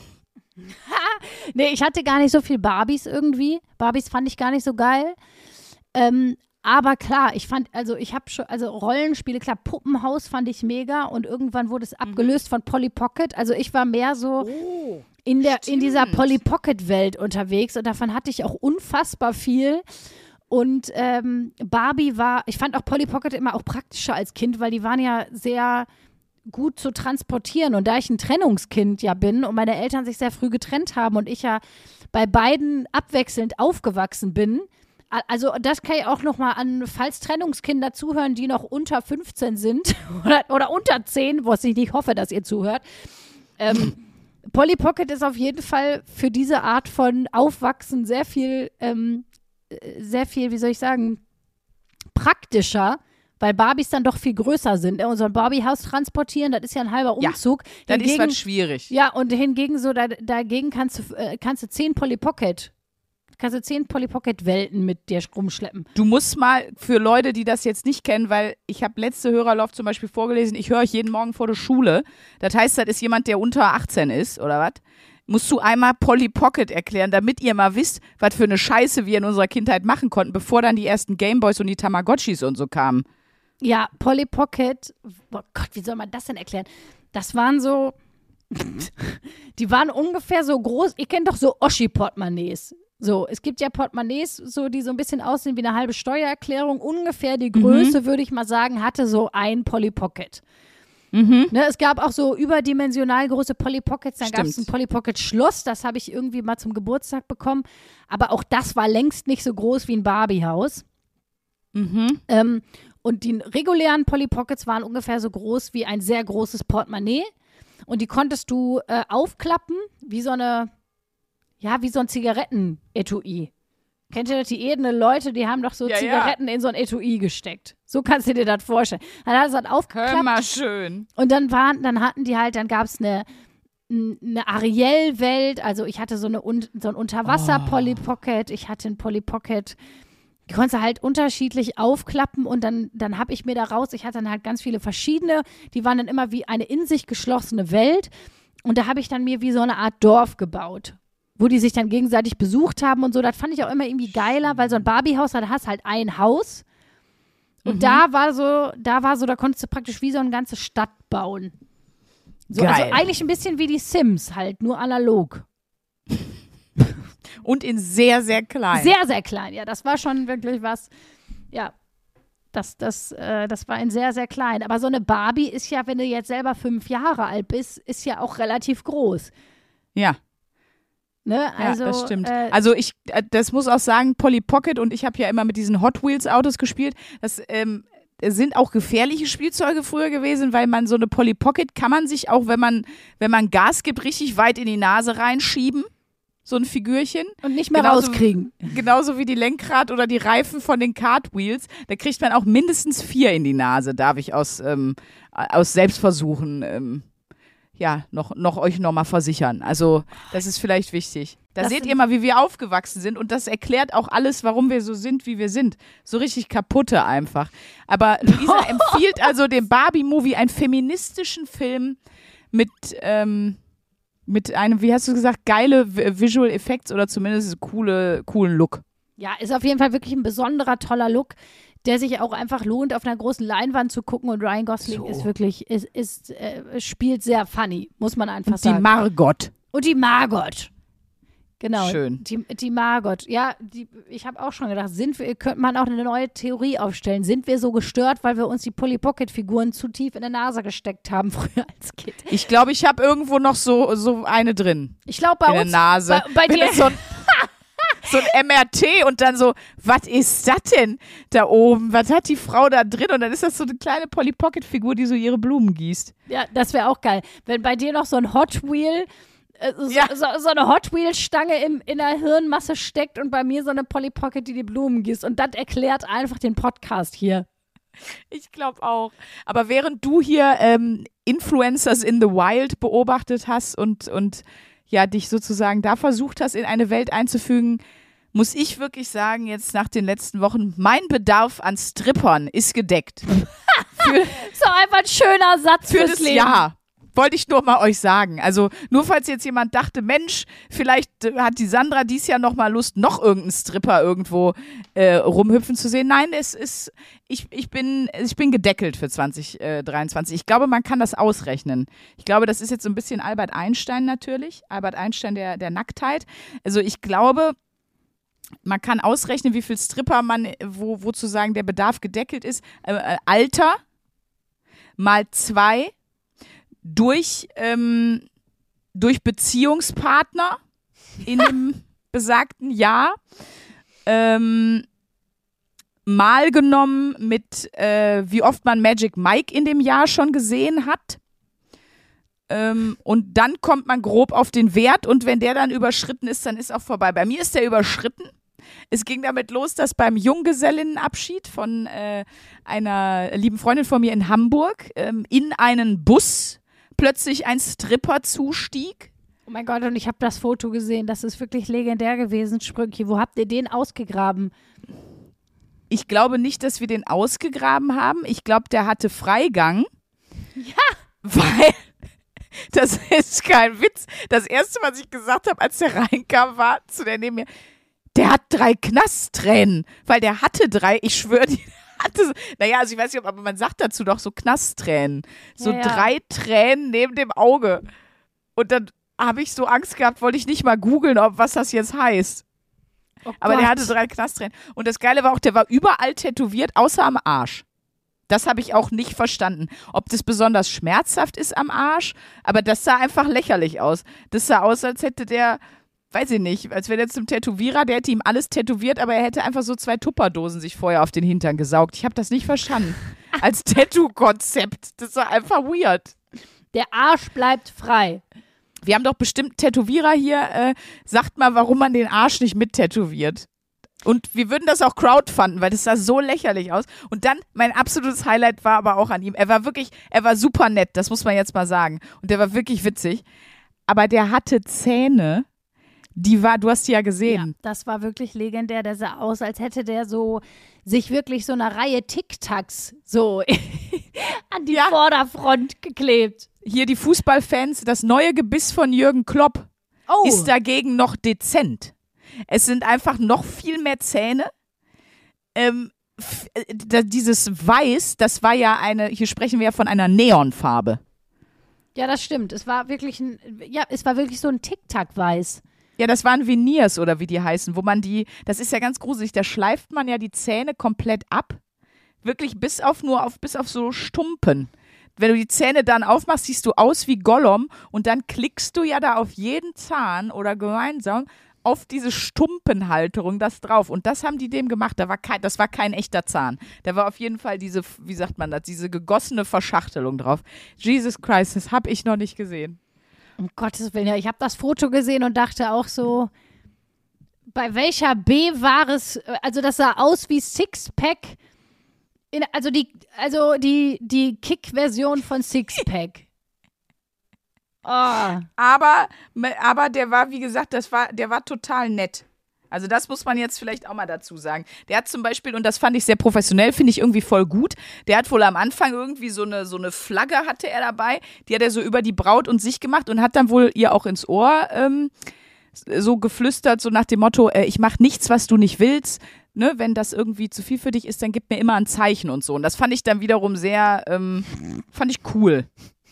Nee, ich hatte gar nicht so viel Barbies irgendwie. Barbies fand ich gar nicht so geil. Ähm, aber klar, ich fand, also ich habe schon, also Rollenspiele, klar, Puppenhaus fand ich mega und irgendwann wurde es abgelöst von Polly Pocket. Also ich war mehr so oh, in, der, in dieser Polly Pocket-Welt unterwegs und davon hatte ich auch unfassbar viel. Und ähm, Barbie war, ich fand auch Polly Pocket immer auch praktischer als Kind, weil die waren ja sehr gut zu transportieren. Und da ich ein Trennungskind ja bin und meine Eltern sich sehr früh getrennt haben und ich ja bei beiden abwechselnd aufgewachsen bin, also das kann ich auch nochmal an, falls Trennungskinder zuhören, die noch unter fünfzehn sind oder, oder unter zehn, was ich nicht hoffe, dass ihr zuhört. Ähm, Polly Pocket ist auf jeden Fall für diese Art von Aufwachsen sehr viel, ähm, sehr viel, wie soll ich sagen, praktischer, weil Barbies dann doch viel größer sind. Und so ein Barbie-Haus transportieren, das ist ja ein halber Umzug. Ja, das hingegen, ist was schwierig. Ja, und hingegen so, da, dagegen kannst du, äh, kannst du zehn Polly Pocket kannst du zehn Polly Pocket Welten mit dir rumschleppen. Du musst mal für Leute, die das jetzt nicht kennen, weil ich habe letzte Hörerlauf zum Beispiel vorgelesen, ich höre euch jeden Morgen vor der Schule. Das heißt, das ist jemand, der unter achtzehn ist, oder was? Musst du einmal Polly Pocket erklären, damit ihr mal wisst, was für eine Scheiße wir in unserer Kindheit machen konnten, bevor dann die ersten Gameboys und die Tamagotchis und so kamen. Ja, Polly Pocket, oh Gott, wie soll man das denn erklären? Das waren so, die waren ungefähr so groß, ihr kennt doch so Oschi-Portemonnaies. So, es gibt ja Portemonnaies, so, die so ein bisschen aussehen wie eine halbe Steuererklärung. Ungefähr die Größe, mhm. würde ich mal sagen, hatte so ein Polly Pocket. Mhm. Ne, es gab auch so überdimensional große Polly Pockets. Dann gab es ein Polly Pocket Schloss, das habe ich irgendwie mal zum Geburtstag bekommen. Aber auch das war längst nicht so groß wie ein Barbie-Haus. Mhm. Ähm, und die regulären Polly Pockets waren ungefähr so groß wie ein sehr großes Portemonnaie. Und die konntest du äh, aufklappen, wie so eine Ja, wie so ein Zigarettenetui. Kennt ihr das, die edlen Leute, die haben doch so Ja, Zigaretten in so ein Etui gesteckt. So kannst du dir das vorstellen. Dann hat es halt Hör aufgeklappt mal schön. und dann waren, dann hatten die halt, dann gab es eine, eine Ariel-Welt, also ich hatte so, eine, so ein Unterwasser-Polly Pocket, ich hatte ein Polly Pocket, die konntest du halt unterschiedlich aufklappen und dann, dann habe ich mir daraus, ich hatte dann halt ganz viele verschiedene, die waren dann immer wie eine in sich geschlossene Welt und da habe ich dann mir wie so eine Art Dorf gebaut, wo die sich dann gegenseitig besucht haben und so. Das fand ich auch immer irgendwie geiler, weil so ein Barbie-Haus, da hast halt ein Haus und Mhm. da war so, da war so, da konntest du praktisch wie so eine ganze Stadt bauen. So, also Geil. eigentlich ein bisschen wie die Sims halt, nur analog. Und in sehr, sehr klein. Sehr, sehr klein, ja, das war schon wirklich was, ja, das, das, äh, das war ein sehr, sehr klein. Aber so eine Barbie ist ja, wenn du jetzt selber fünf Jahre alt bist, ist ja auch relativ groß. Ja. Ne? Also, ja, das stimmt. Äh, Also ich, äh, das muss auch sagen, Polly Pocket und ich habe ja immer mit diesen Hot Wheels Autos gespielt. Das ähm, sind auch gefährliche Spielzeuge früher gewesen, weil man so eine Polly Pocket kann man sich auch, wenn man, wenn man Gas gibt, richtig weit in die Nase reinschieben. So ein Figürchen. und nicht mehr genauso- rauskriegen. Genauso wie die Lenkrad oder die Reifen von den Cartwheels. Da kriegt man auch mindestens vier in die Nase, darf ich aus, ähm, aus Selbstversuchen ähm, ja, noch, noch euch nochmal versichern. Also das ist vielleicht wichtig. Da Das seht sind- ihr mal, wie wir aufgewachsen sind und das erklärt auch alles, warum wir so sind, wie wir sind. So richtig kaputte einfach. Aber Luisa empfiehlt also dem Barbie-Movie, einen feministischen Film mit, ähm, mit einem, wie hast du gesagt, geile Vi- Visual Effects oder zumindest coole, coolen Look. Ja, ist auf jeden Fall wirklich ein besonderer, toller Look, der sich auch einfach lohnt, auf einer großen Leinwand zu gucken. Und Ryan Gosling So. ist wirklich, ist, ist, äh, spielt sehr funny, muss man einfach Und die sagen. Margot. Und die Margot. Genau. Schön. Die, die Margot. Ja, die, ich habe auch schon gedacht, sind wir, könnte man auch eine neue Theorie aufstellen. Sind wir so gestört, weil wir uns die Polly Pocket Figuren zu tief in der Nase gesteckt haben früher als Kind? Ich glaube, ich habe irgendwo noch so, so eine drin Ich glaube, bei in der uns. Nase. Bei, bei Wenn dir. es so ein, so ein M R T und dann so, was ist das denn da oben? Was hat die Frau da drin? Und dann ist das so eine kleine Polly Pocket Figur, die so ihre Blumen gießt. Ja, das wäre auch geil. Wenn bei dir noch so ein Hot Wheel, äh, so, Ja. so, so eine Hot Wheel-Stange im, in der Hirnmasse steckt und bei mir so eine Polly Pocket, die die Blumen gießt. Und das erklärt einfach den Podcast hier. Ich glaube auch. Aber während du hier ähm, Influencers in the Wild beobachtet hast und, und ja, dich sozusagen da versucht hast, in eine Welt einzufügen, muss ich wirklich sagen, jetzt nach den letzten Wochen, mein Bedarf an Strippern ist gedeckt. Für, So einfach ein schöner Satz für fürs das Leben. Jahr. Wollte ich nur mal euch sagen. Also nur falls jetzt jemand dachte, Mensch, vielleicht äh, hat die Sandra dies Jahr noch mal Lust, noch irgendeinen Stripper irgendwo äh, rumhüpfen zu sehen. Nein, es ist, ich, ich, bin, ich bin gedeckelt für zwanzig dreiundzwanzig. Ich glaube, man kann das ausrechnen. Ich glaube, das ist jetzt so ein bisschen Albert Einstein natürlich. Albert Einstein der, der Nacktheit. Also ich glaube, man kann ausrechnen, wie viel Stripper man, wo, wo zu sagen, der Bedarf gedeckelt ist. Äh, äh, Alter mal zwei durch, ähm, durch Beziehungspartner in dem besagten Jahr ähm, mal genommen mit, äh, wie oft man Magic Mike in dem Jahr schon gesehen hat. Ähm, und dann kommt man grob auf den Wert und wenn der dann überschritten ist, dann ist auch vorbei. Bei mir ist der überschritten. Es ging damit los, dass beim Junggesellinnenabschied von äh, einer lieben Freundin von mir in Hamburg ähm, in einen Bus plötzlich ein Stripper zustieg. Oh mein Gott, und ich habe das Foto gesehen. Das ist wirklich legendär gewesen, Sprünki. Wo habt ihr den ausgegraben? Ich glaube nicht, dass wir den ausgegraben haben. Ich glaube, der hatte Freigang. Ja. Weil, das ist kein Witz. Das Erste, was ich gesagt habe, als der reinkam, war zu der neben mir, der hat drei Knasttränen. Weil der hatte drei, ich schwöre, die hatte so, naja, also ich weiß nicht, aber man sagt dazu doch so Knasttränen. So Ja, ja. drei Tränen neben dem Auge. Und dann habe ich so Angst gehabt, wollte ich nicht mal googeln, ob was das jetzt heißt. Oh Aber Gott. der hatte drei Knasttränen. Und das Geile war auch, der war überall tätowiert, außer am Arsch. Das habe ich auch nicht verstanden. Ob das besonders schmerzhaft ist am Arsch, aber das sah einfach lächerlich aus. Das sah aus, als hätte der, weiß ich nicht, als wäre der zum Tätowierer, der hätte ihm alles tätowiert, aber er hätte einfach so zwei Tupperdosen sich vorher auf den Hintern gesaugt. Ich habe das nicht verstanden. Als Tattoo-Konzept. Das war einfach weird. Der Arsch bleibt frei. Wir haben doch bestimmt Tätowierer hier. Äh, sagt mal, warum man den Arsch nicht mit tätowiert. Und wir würden das auch crowdfunden, weil das sah so lächerlich aus. Und dann, mein absolutes Highlight war aber auch an ihm. Er war wirklich, er war super nett, das muss man jetzt mal sagen. Und der war wirklich witzig. Aber der hatte Zähne, die war, du hast die ja gesehen. Ja, das war wirklich legendär. Der sah aus, als hätte der so sich wirklich so eine Reihe Tic-Tacs so an die Ja. Vorderfront geklebt. Hier die Fußballfans, das neue Gebiss von Jürgen Klopp Oh, ist dagegen noch dezent. Es sind einfach noch viel mehr Zähne. Ähm, f- äh, da, dieses Weiß, das war ja eine, hier sprechen wir ja von einer Neonfarbe. ja, das stimmt. Es war wirklich ein, ja, es war wirklich so ein Tic-Tac-Weiß. Ja, das waren Veneers oder wie die heißen, wo man die, das ist ja ganz gruselig, da schleift man ja die Zähne komplett ab. Wirklich bis auf nur auf, bis auf so Stumpen. Wenn du die Zähne dann aufmachst, siehst du aus wie Gollum und dann klickst du ja da auf jeden Zahn oder gemeinsam auf diese Stumpenhalterung das drauf. Und das haben die dem gemacht. Da war kein, das war kein echter Zahn. Da war auf jeden Fall diese, wie sagt man das, diese gegossene Verschachtelung drauf. Jesus Christ, das habe ich noch nicht gesehen. Um Gottes Willen, ja, ich habe das Foto gesehen und dachte auch so, bei welcher B war es, also das sah aus wie Sixpack, in, also die, also die, die Kick-Version von Sixpack. Oh. Aber, aber der war, wie gesagt, das war, der war total nett. Also das muss man jetzt vielleicht auch mal dazu sagen. Der hat zum Beispiel, und das fand ich sehr professionell, finde ich irgendwie voll gut, der hat wohl am Anfang irgendwie so eine, so eine Flagge hatte er dabei, die hat er so über die Braut und sich gemacht und hat dann wohl ihr auch ins Ohr ähm, so geflüstert, so nach dem Motto, äh, ich mach nichts, was du nicht willst. Ne, wenn das irgendwie zu viel für dich ist, dann gib mir immer ein Zeichen und so. Und das fand ich dann wiederum sehr, ähm, fand ich cool.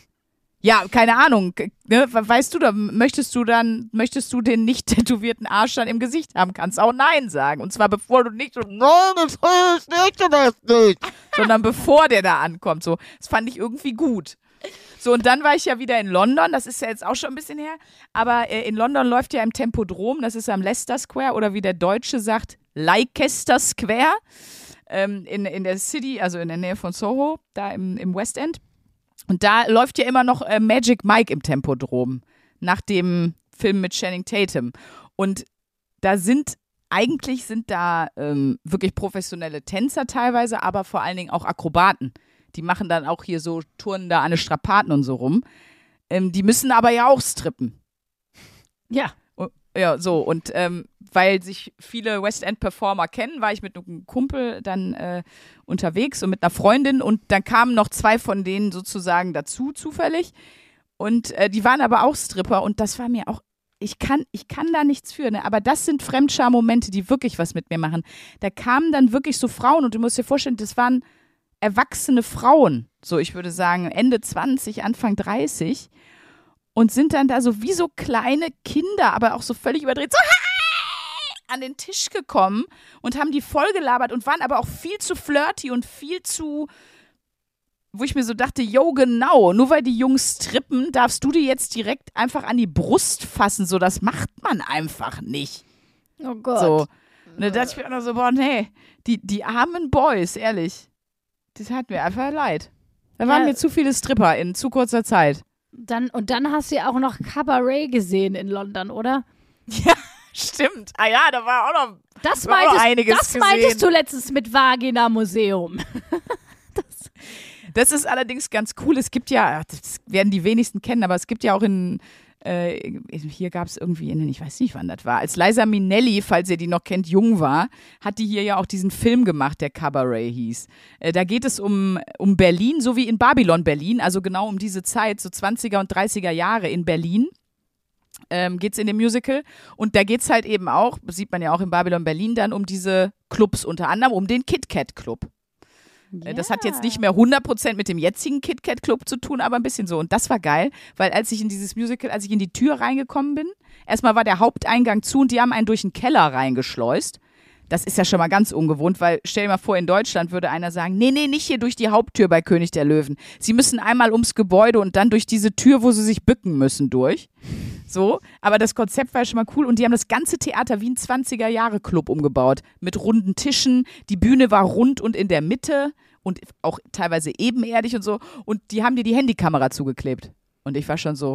Ja, keine Ahnung, ne, weißt du, da möchtest du dann, möchtest du den nicht tätowierten Arsch dann im Gesicht haben, kannst auch Nein sagen. Und zwar bevor du nicht so, nein, das ist nicht, das nicht, sondern bevor der da ankommt. So, das fand ich irgendwie gut. So, und dann war ich ja wieder in London, das ist ja jetzt auch schon ein bisschen her, aber äh, in London läuft ja im Tempodrom, das ist am Leicester Square oder wie der Deutsche sagt, Leicester Square, ähm, in, in der City, also in der Nähe von Soho, da im, im West End. Und da läuft ja immer noch äh, Magic Mike im Tempodrom, nach dem Film mit Channing Tatum. Und da sind, eigentlich sind da ähm, wirklich professionelle Tänzer teilweise, aber vor allen Dingen auch Akrobaten. Die machen dann auch hier so Touren da an den Strapaten und so rum. Ähm, die müssen aber ja auch strippen. Ja. Ja, so. Und ähm, weil sich viele West End Performer kennen, war ich mit einem Kumpel dann äh, unterwegs und mit einer Freundin und dann kamen noch zwei von denen sozusagen dazu, zufällig. Und äh, die waren aber auch Stripper und das war mir auch, ich kann, ich kann da nichts für, ne? Aber das sind Fremdscham-Momente, die wirklich was mit mir machen. Da kamen dann wirklich so Frauen und du musst dir vorstellen, das waren erwachsene Frauen, so ich würde sagen Ende zwanzig, Anfang dreißig und sind dann da so wie so kleine Kinder, aber auch so völlig überdreht, so an den Tisch gekommen und haben die voll gelabert und waren aber auch viel zu flirty und viel zu, wo ich mir so dachte, yo, genau, nur weil die Jungs strippen, darfst du die jetzt direkt einfach an die Brust fassen, so, das macht man einfach nicht. Oh Gott. So, und da dachte ich mir auch noch so, boah, nee, die, die armen Boys, ehrlich, das hat mir einfach leid. Da waren Ja. mir zu viele Stripper in zu kurzer Zeit. Dann, und dann hast du ja auch noch Cabaret gesehen in London, oder? Ja, stimmt. Ah ja, da war auch noch, Das war auch meintest, einiges das meintest gesehen. du letztens mit Vagina Museum. Das ist allerdings ganz cool. Es gibt ja, das werden die wenigsten kennen, aber es gibt ja auch in, äh, hier gab es irgendwie, in, ich weiß nicht, wann das war, als Liza Minnelli, falls ihr die noch kennt, jung war, hat die hier ja auch diesen Film gemacht, der Cabaret hieß. Äh, da geht es um, um Berlin, so wie in Babylon Berlin, also genau um diese Zeit, so zwanziger und dreißiger Jahre in Berlin. Ähm, geht es in dem Musical und da geht es halt eben auch, sieht man ja auch in Babylon Berlin dann, um diese Clubs, unter anderem um den Kit Kat Club. Ja. Das hat jetzt nicht mehr hundert Prozent mit dem jetzigen Kit Kat Club zu tun, aber ein bisschen so. Und das war geil, weil als ich in dieses Musical, als ich in die Tür reingekommen bin, erstmal war der Haupteingang zu und die haben einen durch den Keller reingeschleust. Das ist ja schon mal ganz ungewohnt, weil stell dir mal vor, in Deutschland würde einer sagen, nee, nee, nicht hier durch die Haupttür bei König der Löwen. Sie müssen einmal ums Gebäude und dann durch diese Tür, wo sie sich bücken müssen, durch. So, aber das Konzept war ja schon mal cool und die haben das ganze Theater wie ein zwanziger-Jahre-Club umgebaut. Mit runden Tischen, die Bühne war rund und in der Mitte und auch teilweise ebenerdig und so und die haben dir die Handykamera zugeklebt. Und ich war schon so,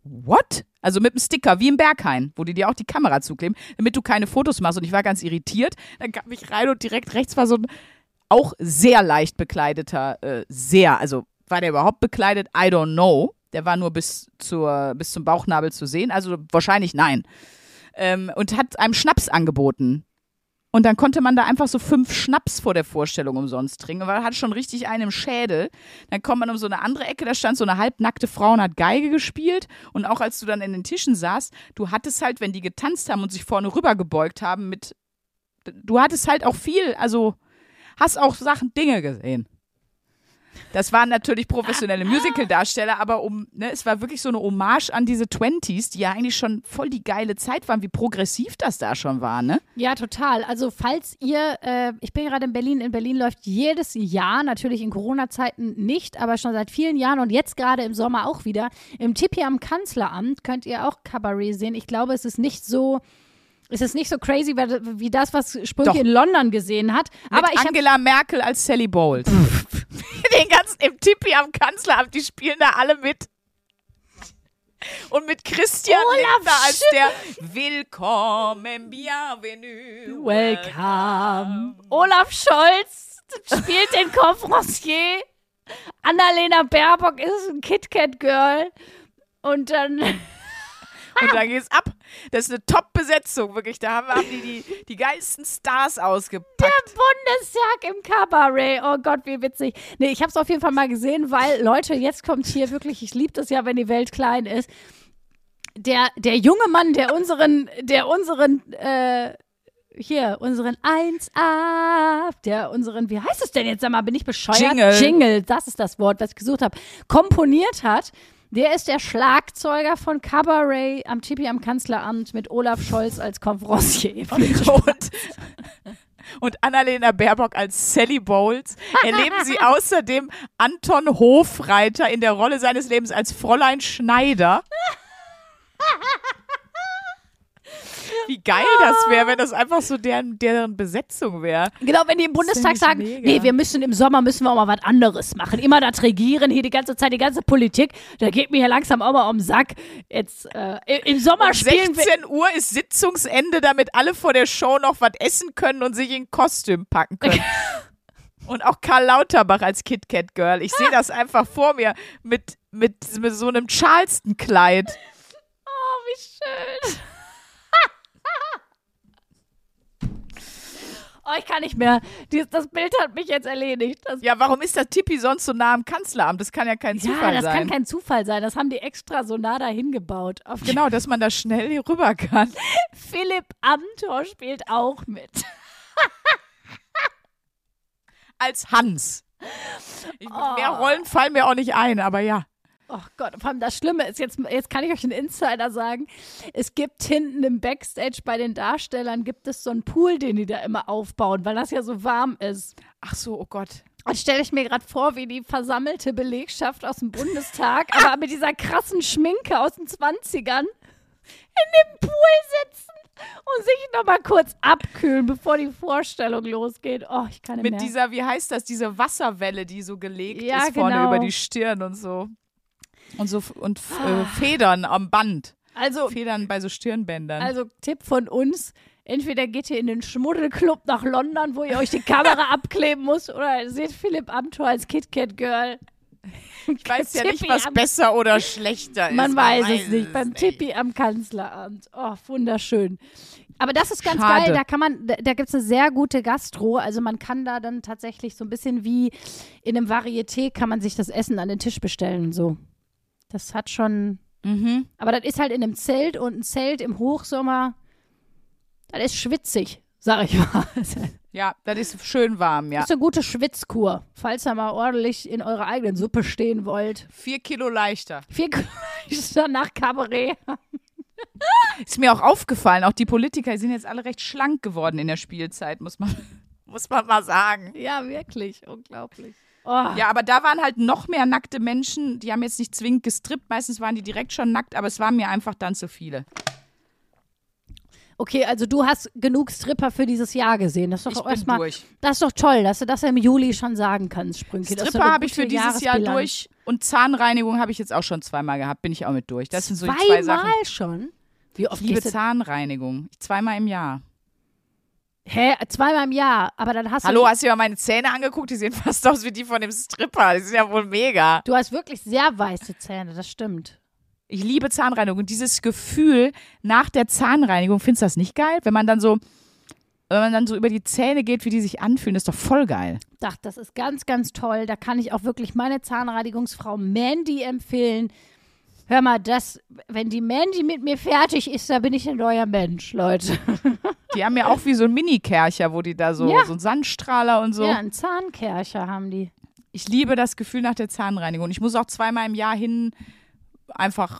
what? Also mit einem Sticker, wie im Berghain, wo die dir auch die Kamera zukleben, damit du keine Fotos machst. Und ich war ganz irritiert. Dann kam ich rein und direkt rechts war so ein auch sehr leicht bekleideter, äh, sehr, also war der überhaupt bekleidet? I don't know. Der war nur bis, zur, bis zum Bauchnabel zu sehen, also wahrscheinlich nein. Ähm, und hat einem Schnaps angeboten. Und dann konnte man da einfach so fünf Schnaps vor der Vorstellung umsonst trinken. Weil er hatte schon richtig einen im Schädel. Dann kommt man um so eine andere Ecke, da stand so eine halbnackte Frau und hat Geige gespielt. Und auch als du dann in den Tischen saßt, du hattest halt, wenn die getanzt haben und sich vorne rüber gebeugt haben, mit, du hattest halt auch viel, also hast auch Sachen, Dinge gesehen. Das waren natürlich professionelle Musical-Darsteller, aber um, ne, es war wirklich so eine Hommage an diese Twenties, die ja eigentlich schon voll die geile Zeit waren, wie progressiv das da schon war, ne? Ja, total. Also falls ihr, äh, ich bin gerade in Berlin, in Berlin läuft jedes Jahr, natürlich in Corona-Zeiten nicht, aber schon seit vielen Jahren und jetzt gerade im Sommer auch wieder, im Tippi am Kanzleramt könnt ihr auch Cabaret sehen. Ich glaube, es ist nicht so... Es ist nicht so crazy wie das, was Sprünke in London gesehen hat. Mit aber ich Angela Merkel als Sally Bowles. Den ganzen im Tippi am Kanzleramt, die spielen da alle mit. Und mit Christian Lindner als der Willkommen, bienvenue, Welcome. Olaf Scholz spielt den Conferencier. Annalena Baerbock ist ein KitKat-Girl. Und dann... Und dann geht's ab. Das ist eine Top-Besetzung, wirklich. Da haben, haben die, die die geilsten Stars ausgepackt. Der Bundestag im Cabaret. Oh Gott, wie witzig. Nee, ich habe es auf jeden Fall mal gesehen, weil, Leute, jetzt kommt hier wirklich, ich liebe das ja, wenn die Welt klein ist. Der, der junge Mann, der unseren, der unseren, äh, hier, unseren eins A, der unseren, wie heißt es denn jetzt? Sag mal, bin ich bescheuert? Jingle. Jingle, das ist das Wort, was ich gesucht habe. Komponiert hat. Der ist der Schlagzeuger von Cabaret am Tippi am Kanzleramt mit Olaf Scholz als Conferencier. Und, und Annalena Baerbock als Sally Bowles. Erleben Sie außerdem Anton Hofreiter in der Rolle seines Lebens als Fräulein Schneider. Wie geil das wäre, wenn das einfach so deren, deren Besetzung wäre. Genau, wenn die im Bundestag sagen, mega. Nee, wir müssen im Sommer müssen wir auch mal was anderes machen. Immer das Regieren, hier die ganze Zeit, die ganze Politik, da geht mir hier langsam auch mal um den Sack. Jetzt, äh, im Sommer um spielen wir... sechzehn Uhr ist Sitzungsende, damit alle vor der Show noch was essen können und sich in Kostüm packen können. Und auch Karl Lauterbach als KitKat-Girl. Ich sehe das einfach vor mir mit, mit, mit so einem Charleston-Kleid. Oh, wie schön. Oh, ich kann nicht mehr. Dies, das Bild hat mich jetzt erledigt. Das ja, warum ist das Tippi sonst so nah am Kanzleramt? Das kann ja kein Zufall sein. Ja, das sein. kann kein Zufall sein. Das haben die extra so nah dahin gebaut. Auf genau, dass man da schnell hier rüber kann. Philipp Amthor spielt auch mit. Als Hans. Ich, Oh. Mehr Rollen fallen mir auch nicht ein, aber ja. Oh Gott, vor allem das Schlimme ist, jetzt, jetzt kann ich euch einen Insider sagen, es gibt hinten im Backstage bei den Darstellern, gibt es so einen Pool, den die da immer aufbauen, weil das ja so warm ist. Ach so, oh Gott. Und stelle ich mir gerade vor, wie die versammelte Belegschaft aus dem Bundestag, aber mit dieser krassen Schminke aus den zwanzigern in dem Pool sitzen und sich nochmal kurz abkühlen, bevor die Vorstellung losgeht. Oh, ich kann nicht Mit mehr. dieser, wie heißt das, diese Wasserwelle, die so gelegt Ja, ist vorne genau. über die Stirn und so. Und so und äh, Federn am Band. Also, Federn bei so Stirnbändern. Also Tipp von uns, entweder geht ihr in den Schmuddelclub nach London, wo ihr euch die Kamera abkleben müsst, oder ihr seht Philipp Amthor als KitKat-Girl. Ich weiß ja nicht, Tippi was am- besser oder schlechter ist. Man weiß es nicht, es beim nicht. Tippi am Kanzleramt. Oh, wunderschön. Aber das ist ganz Schade. geil, da kann man, da, da gibt es eine sehr gute Gastro, also man kann da dann tatsächlich so ein bisschen wie in einem Varieté kann man sich das Essen an den Tisch bestellen, so. Das hat schon, Mhm. aber das ist halt in einem Zelt und ein Zelt im Hochsommer, das ist schwitzig, sag ich mal. Das Ja, das ist schön warm, ja. ist eine gute Schwitzkur, falls ihr mal ordentlich in eurer eigenen Suppe stehen wollt. Vier Kilo leichter. Vier Kilometer nach Cabaret. Ist mir auch aufgefallen, auch die Politiker sind jetzt alle recht schlank geworden in der Spielzeit, muss man, muss man mal sagen. Ja, wirklich, unglaublich. Oh. Ja, aber da waren halt noch mehr nackte Menschen, die haben jetzt nicht zwingend gestrippt, meistens waren die direkt schon nackt, aber es waren mir einfach dann zu viele. Okay, also du hast genug Stripper für dieses Jahr gesehen. Das ist doch Ich auch bin erstmal, durch. das ist doch toll, dass du das im Juli schon sagen kannst, Sprünke. Das ist so Stripper eine habe ich für gute dieses Jahr Jahresbilanz. durch und Zahnreinigung habe ich jetzt auch schon zweimal gehabt, bin ich auch mit durch. Das sind so die zwei Sachen. Zweimal schon? Wie oft Ich liebe gehst du? Zahnreinigung. Zweimal im Jahr. Hä? Zweimal im Jahr, aber dann hast Hallo, du... hast du dir mal meine Zähne angeguckt? Die sehen fast aus wie die von dem Stripper. Die sind ja wohl mega. Du hast wirklich sehr weiße Zähne, das stimmt. Ich liebe Zahnreinigung. Und dieses Gefühl nach der Zahnreinigung, findest du das nicht geil? Wenn man dann so, wenn man dann so über die Zähne geht, wie die sich anfühlen, das ist doch voll geil. Ach, das ist ganz, ganz toll. Da kann ich auch wirklich meine Zahnreinigungsfrau Mandy empfehlen. Hör mal, das, wenn die Mandy mit mir fertig ist, da bin ich ein neuer Mensch, Leute. Die haben ja auch wie so ein Mini-Kercher, wo die da so, Ja. so einen Sandstrahler und so. Ja, einen Zahnkercher haben die. Ich liebe das Gefühl nach der Zahnreinigung. Ich muss auch zweimal im Jahr hin, einfach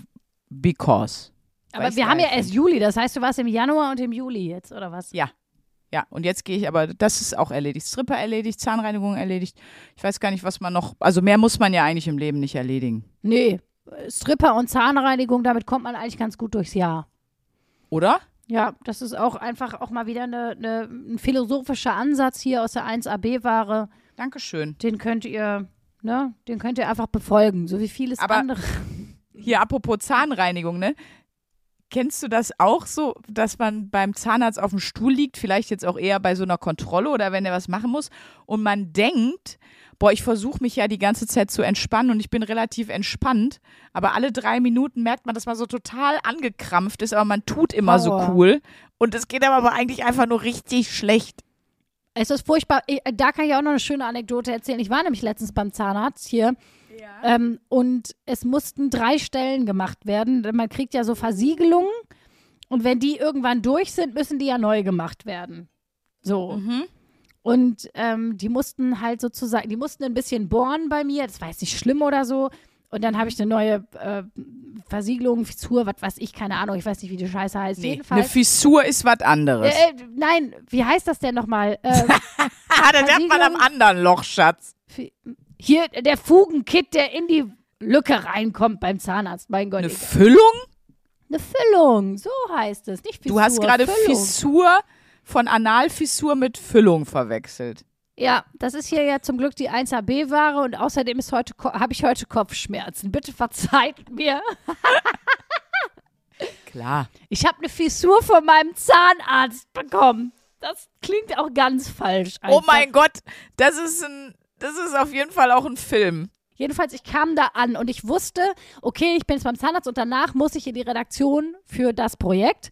because. Aber Weil ich's wir haben geil ja erst Juli, das heißt, du warst im Januar und im Juli jetzt, oder was? Ja. Ja, und jetzt gehe ich aber, das ist auch erledigt. Stripper erledigt, Zahnreinigung erledigt. Ich weiß gar nicht, was man noch, also mehr muss man ja eigentlich im Leben nicht erledigen. Nee, Stripper und Zahnreinigung, damit kommt man eigentlich ganz gut durchs Jahr. Oder? Ja, das ist auch einfach auch mal wieder eine, eine, ein philosophischer Ansatz hier aus der eins A B-Ware. Dankeschön. Den könnt ihr, ne, den könnt ihr einfach befolgen, so wie vieles Aber- andere. Hier, apropos Zahnreinigung, ne? Kennst du das auch so, dass man beim Zahnarzt auf dem Stuhl liegt, vielleicht jetzt auch eher bei so einer Kontrolle oder wenn er was machen muss und man denkt, boah, ich versuche mich ja die ganze Zeit zu entspannen und ich bin relativ entspannt, aber alle drei Minuten merkt man, dass man so total angekrampft ist, aber man tut immer so Aua. cool und es geht aber eigentlich einfach nur richtig schlecht. Es ist furchtbar. Ich, da kann ich auch noch eine schöne Anekdote erzählen. Ich war nämlich letztens beim Zahnarzt hier ähm, und es mussten drei Stellen gemacht werden. Denn man kriegt ja so Versiegelungen und wenn die irgendwann durch sind, müssen die ja neu gemacht werden. So. Mhm. Und ähm, die mussten halt sozusagen, die mussten ein bisschen bohren bei mir. Das war jetzt nicht schlimm oder so. Und dann habe ich eine neue äh, Versiegelung, Fissur, was weiß ich, keine Ahnung. Ich weiß nicht, wie die Scheiße heißt. Nee, eine Jedenfalls. Fissur ist was anderes. Äh, äh, nein, wie heißt das denn nochmal? Äh, ah, das lernt man am Versiegelung- anderen Loch, Schatz. Fi- Hier der Fugenkit, der in die Lücke reinkommt beim Zahnarzt. Mein Gott. Eine egal. Füllung? Eine Füllung, so heißt es. Nicht Fissur, Du hast gerade Füllung. Fissur von Analfissur mit Füllung verwechselt. Ja, das ist hier ja zum Glück die eins A B-Ware und außerdem ist heute Ko- habe ich heute Kopfschmerzen. Bitte verzeiht mir. Klar. Ich habe eine Fissur von meinem Zahnarzt bekommen. Das klingt auch ganz falsch. Oh einfach. mein Gott, das ist ein, das ist auf jeden Fall auch ein Film. Jedenfalls, ich kam da an und ich wusste, okay, ich bin jetzt beim Zahnarzt und danach muss ich in die Redaktion für das Projekt.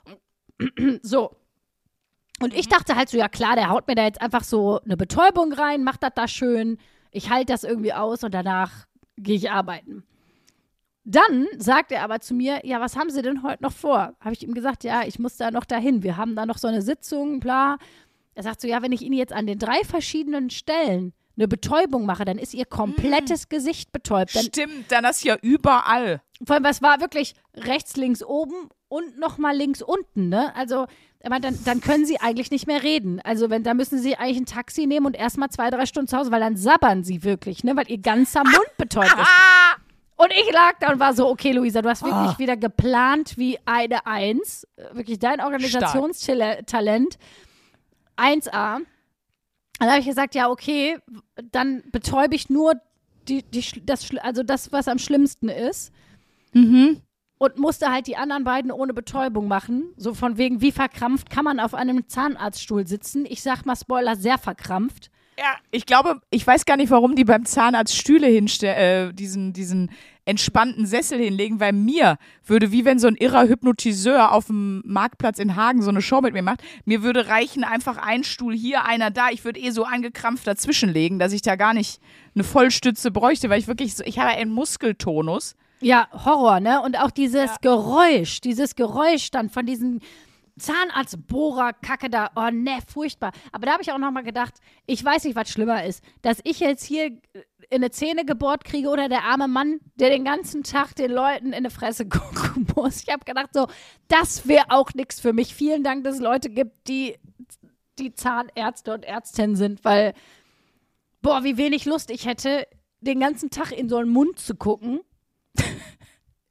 So. Und ich dachte halt so, ja klar, der haut mir da jetzt einfach so eine Betäubung rein, macht das da schön, ich halte das irgendwie aus und danach gehe ich arbeiten. Dann sagt er aber zu mir, ja, was haben Sie denn heute noch vor? Habe ich ihm gesagt, ja, ich muss da noch dahin, wir haben da noch so eine Sitzung, bla. Er sagt so, ja, wenn ich Ihnen jetzt an den drei verschiedenen Stellen eine Betäubung mache, dann ist Ihr komplettes Gesicht betäubt. Dann, Stimmt, dann ist ja überall. vor allem, was war wirklich rechts, links, oben und nochmal links, unten, ne? Also, er meint, dann, dann können Sie eigentlich nicht mehr reden. Also, wenn, da müssen Sie eigentlich ein Taxi nehmen und erstmal zwei, drei Stunden zu Hause, weil dann sabbern Sie wirklich, ne? Weil Ihr ganzer Mund betäubt ist. Und ich lag da und war so, okay, Luisa, du hast wirklich Oh. wieder geplant wie eine Eins. Äh, Wirklich dein Organisationstalent. eins A. Dann habe ich gesagt, ja, okay, dann betäube ich nur die, die, Sch- das, Schl- also das, was am schlimmsten ist. Mhm. Und musste halt die anderen beiden ohne Betäubung machen. So von wegen, wie verkrampft kann man auf einem Zahnarztstuhl sitzen? Ich sag mal, Spoiler, sehr verkrampft. Ja, ich glaube, ich weiß gar nicht, warum die beim Zahnarzt Stühle hinstellen, äh, diesen, diesen entspannten Sessel hinlegen, weil mir würde, wie wenn so ein irrer Hypnotiseur auf dem Marktplatz in Hagen so eine Show mit mir macht, mir würde reichen einfach ein Stuhl hier, einer da. Ich würde eh so angekrampft dazwischenlegen, dass ich da gar nicht eine Vollstütze bräuchte, weil ich wirklich so, ich habe einen Muskeltonus. Ja, Horror, ne? Und auch dieses Geräusch, dieses Geräusch dann von diesen Zahnarztbohrer-Kacke da, oh ne, furchtbar. Aber da habe ich auch nochmal gedacht, ich weiß nicht, was schlimmer ist, dass ich jetzt hier in eine Zähne gebohrt kriege oder der arme Mann, der den ganzen Tag den Leuten in eine Fresse gucken muss. Ich habe gedacht so, das wäre auch nichts für mich. Vielen Dank, dass es Leute gibt, die, die Zahnärzte und Ärztinnen sind, weil, boah, wie wenig Lust ich hätte, den ganzen Tag in so einen Mund zu gucken.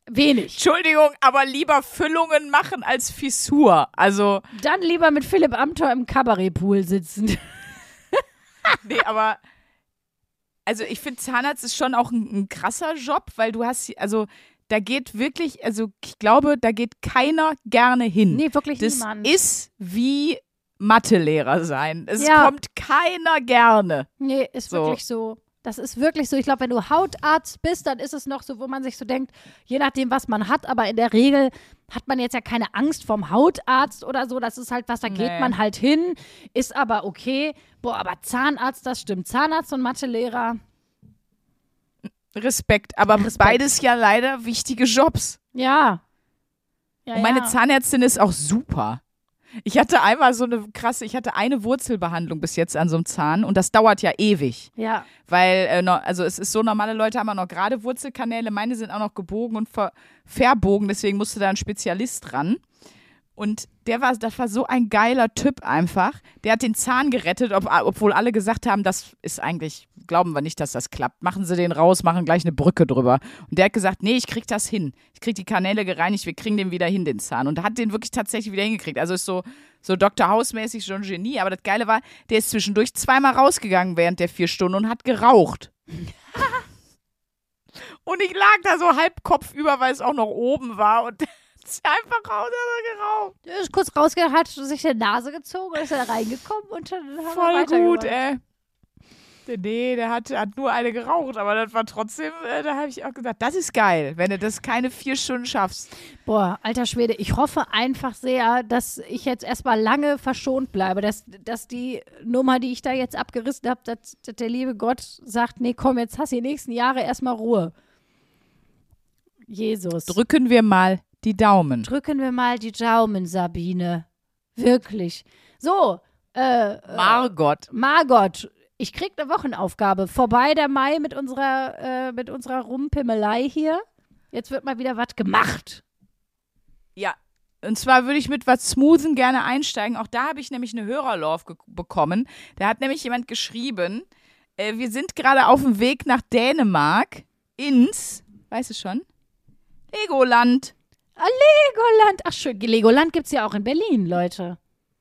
wenig. Entschuldigung, aber lieber Füllungen machen als Fissur. Also, Dann lieber mit Philipp Amthor im Kabarettpool sitzen. nee, aber also ich finde, Zahnarzt ist schon auch ein, ein krasser Job, weil du hast, also da geht wirklich, also ich glaube, da geht keiner gerne hin. Nee, wirklich Das niemand. ist wie Mathelehrer sein. Es Ja. kommt keiner gerne. Nee, ist So. wirklich so. Das ist wirklich so. Ich glaube, wenn du Hautarzt bist, dann ist es noch so, wo man sich so denkt, je nachdem, was man hat, aber in der Regel hat man jetzt ja keine Angst vom Hautarzt oder so. Das ist halt was, da geht Nee. man halt hin, ist aber okay. Boah, aber Zahnarzt, das stimmt. Zahnarzt und Mathelehrer, Respekt, aber Respekt. beides ja leider wichtige Jobs. ja. ja Und meine ja. Zahnärztin ist auch super. Ich hatte einmal so eine krasse, ich hatte eine Wurzelbehandlung bis jetzt an so einem Zahn und das dauert ja ewig. Ja, Weil, äh, no, also es ist so, normale Leute haben auch noch gerade Wurzelkanäle, meine sind auch noch gebogen und ver verbogen, deswegen musste da ein Spezialist ran. Und der war, das war so ein geiler Typ einfach. Der hat den Zahn gerettet, ob, obwohl alle gesagt haben, das ist eigentlich, glauben wir nicht, dass das klappt. Machen Sie den raus, machen gleich eine Brücke drüber. Und der hat gesagt, nee, ich krieg das hin. Ich krieg die Kanäle gereinigt, wir kriegen den wieder hin, den Zahn. Und hat den wirklich tatsächlich wieder hingekriegt. Also ist so, so Doktor House-mäßig schon ein Genie. Aber das Geile war, der ist zwischendurch zweimal rausgegangen während der vier Stunden und hat geraucht. Und ich lag da so halb kopfüber, weil es auch noch oben war und ist einfach raus, hat er geraucht. der ist kurz rausgegangen, hat sich die Nase gezogen und ist dann reingekommen und dann haben wir Voll weitergemacht. gut, ey. Der- Nee, der hat, hat nur eine geraucht, aber das war trotzdem, äh, da habe ich auch gesagt, das ist geil, wenn du das keine vier Stunden schaffst. Boah, alter Schwede, ich hoffe einfach sehr, dass ich jetzt erstmal lange verschont bleibe, dass, dass die Nummer, die ich da jetzt abgerissen habe, dass, dass der liebe Gott sagt, nee, komm, jetzt hast du die nächsten Jahre erstmal Ruhe. Jesus. Drücken wir mal die Daumen. Drücken wir mal die Daumen, Sabine. Wirklich. So, äh, äh, Margot. Margot, ich krieg eine Wochenaufgabe. Vorbei der Mai mit unserer, äh, mit unserer Rumpimmelei hier. Jetzt wird mal wieder was gemacht. Ja, und zwar würde ich mit was Smoothen gerne einsteigen. Auch da habe ich nämlich eine Hörerlauf ge- bekommen. Da hat nämlich jemand geschrieben, äh, wir sind gerade auf dem Weg nach Dänemark ins, weißt du schon, Legoland. Ah, Legoland. Ach schön, Legoland gibt's ja auch in Berlin, Leute.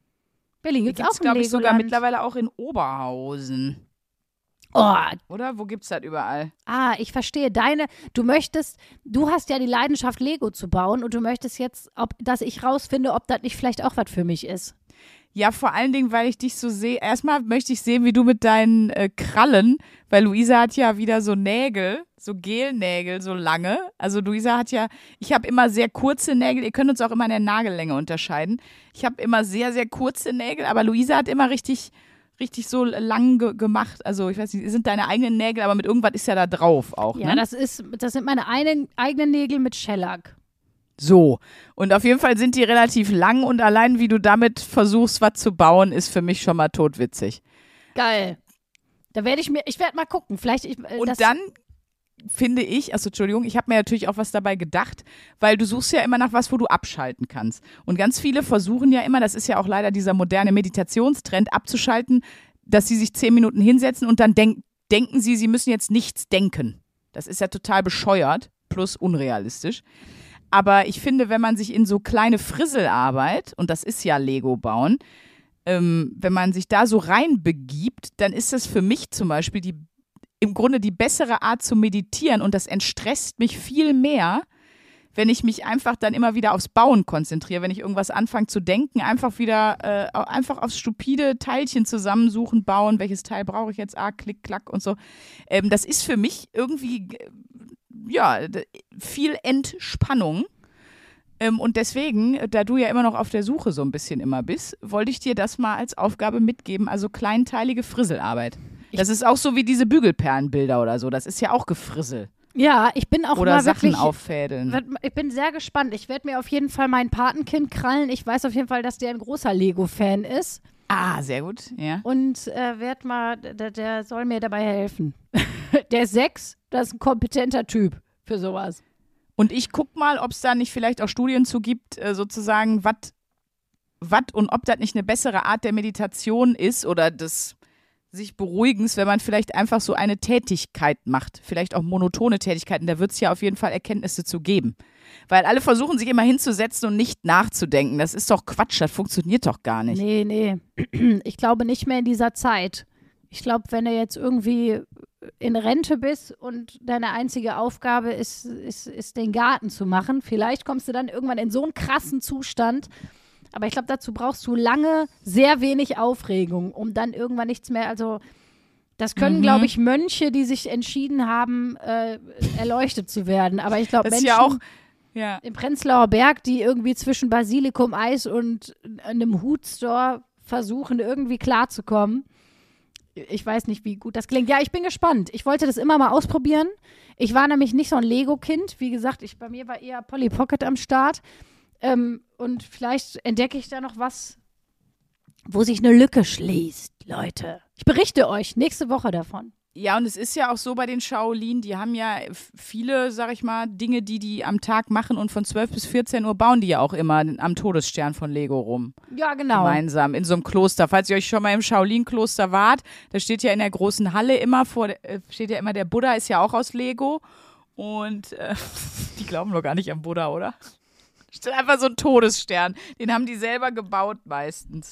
Berlin Die gibt's gibt es, auch ein glaube ich, Legoland. sogar mittlerweile auch in Oberhausen. Oh, Oder? Wo gibt's das überall? ah, ich verstehe. Deine, du möchtest, du hast ja die Leidenschaft, Lego zu bauen und du möchtest jetzt, ob, dass ich rausfinde, ob das nicht vielleicht auch was für mich ist. Ja, vor allen Dingen, weil ich dich so sehe. Erstmal möchte ich sehen, wie du mit deinen äh, Krallen, weil Luisa hat ja wieder so Nägel, so Gelnägel, so lange. Also Luisa hat ja, ich habe immer sehr kurze Nägel. Ihr könnt uns auch immer in der Nagellänge unterscheiden. Ich habe immer sehr, sehr kurze Nägel, aber Luisa hat immer richtig, richtig so lang ge gemacht. Also ich weiß nicht, sind deine eigenen Nägel, aber mit irgendwas ist ja da drauf auch, Ja, ne? das ist, das sind meine einen, eigenen Nägel mit Shellac. So. Und auf jeden Fall sind die relativ lang und allein wie du damit versuchst, was zu bauen, ist für mich schon mal totwitzig. Geil. Da werde ich mir, ich werde mal gucken. Vielleicht, ich, äh, Und das, dann finde ich, also Entschuldigung, ich habe mir natürlich auch was dabei gedacht, weil du suchst ja immer nach was, wo du abschalten kannst. Und ganz viele versuchen ja immer, das ist ja auch leider dieser moderne Meditationstrend, abzuschalten, dass sie sich zehn Minuten hinsetzen und dann denk denken sie, sie müssen jetzt nichts denken. Das ist ja total bescheuert, plus unrealistisch. Aber ich finde, wenn man sich in so kleine Frisselarbeit, und das ist ja Lego bauen, ähm, wenn man sich da so reinbegibt, dann ist das für mich zum Beispiel die, im Grunde die bessere Art zu meditieren und das entstresst mich viel mehr, wenn ich mich einfach dann immer wieder aufs Bauen konzentriere, wenn ich irgendwas anfange zu denken, einfach wieder, äh, einfach aufs stupide Teilchen zusammensuchen, bauen, welches Teil brauche ich jetzt, ah, klick, klack und so. Ähm, das ist für mich irgendwie, äh, ja, viel Entspannung. Ähm, und deswegen, da du ja immer noch auf der Suche so ein bisschen immer bist, wollte ich dir das mal als Aufgabe mitgeben, also kleinteilige Frisselarbeit. Das ist auch so wie diese Bügelperlenbilder oder so, das ist ja auch Gefrissel. ja, ich bin auch Oder mal Sachen wirklich, auffädeln. werd- ich bin sehr gespannt. Ich werde mir auf jeden Fall mein Patenkind krallen. Ich weiß auf jeden Fall, dass der ein großer Lego-Fan ist Ah, sehr gut, ja. und äh, werd mal, der, der soll mir dabei helfen. Der ist sechs, das ist ein kompetenter Typ für sowas. Und ich guck mal, ob es da nicht vielleicht auch Studien zu gibt, äh, sozusagen, was und ob das nicht eine bessere Art der Meditation ist oder des, sich Beruhigendes, wenn man vielleicht einfach so eine Tätigkeit macht, vielleicht auch monotone Tätigkeiten, da wird es ja auf jeden Fall Erkenntnisse zu geben. Weil alle versuchen, sich immer hinzusetzen und nicht nachzudenken. Das ist doch Quatsch, das funktioniert doch gar nicht. Nee, nee. Ich glaube nicht mehr in dieser Zeit. Ich glaube, wenn du jetzt irgendwie in Rente bist und deine einzige Aufgabe ist, ist, ist den Garten zu machen, vielleicht kommst du dann irgendwann in so einen krassen Zustand. Aber ich glaube, dazu brauchst du lange sehr wenig Aufregung, um dann irgendwann nichts mehr, also das können, Mhm. glaube ich, Mönche, die sich entschieden haben, äh, erleuchtet zu werden. Aber ich glaube, Das ist Menschen ja auch, ja. im Prenzlauer Berg, die irgendwie zwischen Basilikum, Eis und einem Hutstore versuchen, irgendwie klarzukommen. Ich weiß nicht, wie gut das klingt. Ja, ich bin gespannt. Ich wollte das immer mal ausprobieren. Ich war nämlich nicht so ein Lego-Kind. Wie gesagt, ich, bei mir war eher Polly Pocket am Start. Ähm, und vielleicht entdecke ich da noch was, wo sich eine Lücke schließt, Leute. Ich berichte euch nächste Woche davon. Ja, und es ist ja auch so bei den Shaolin, die haben ja f- viele, sag ich mal, Dinge, die die am Tag machen und von zwölf bis vierzehn Uhr bauen die ja auch immer am Todesstern von Lego rum. Ja, genau. Gemeinsam in so einem Kloster. Falls ihr euch schon mal im Shaolin-Kloster wart, da steht ja in der großen Halle immer vor, äh, steht ja immer, der Buddha ist ja auch aus Lego und äh, die glauben doch gar nicht an Buddha, oder? Steht einfach so ein Todesstern. Den haben die selber gebaut meistens.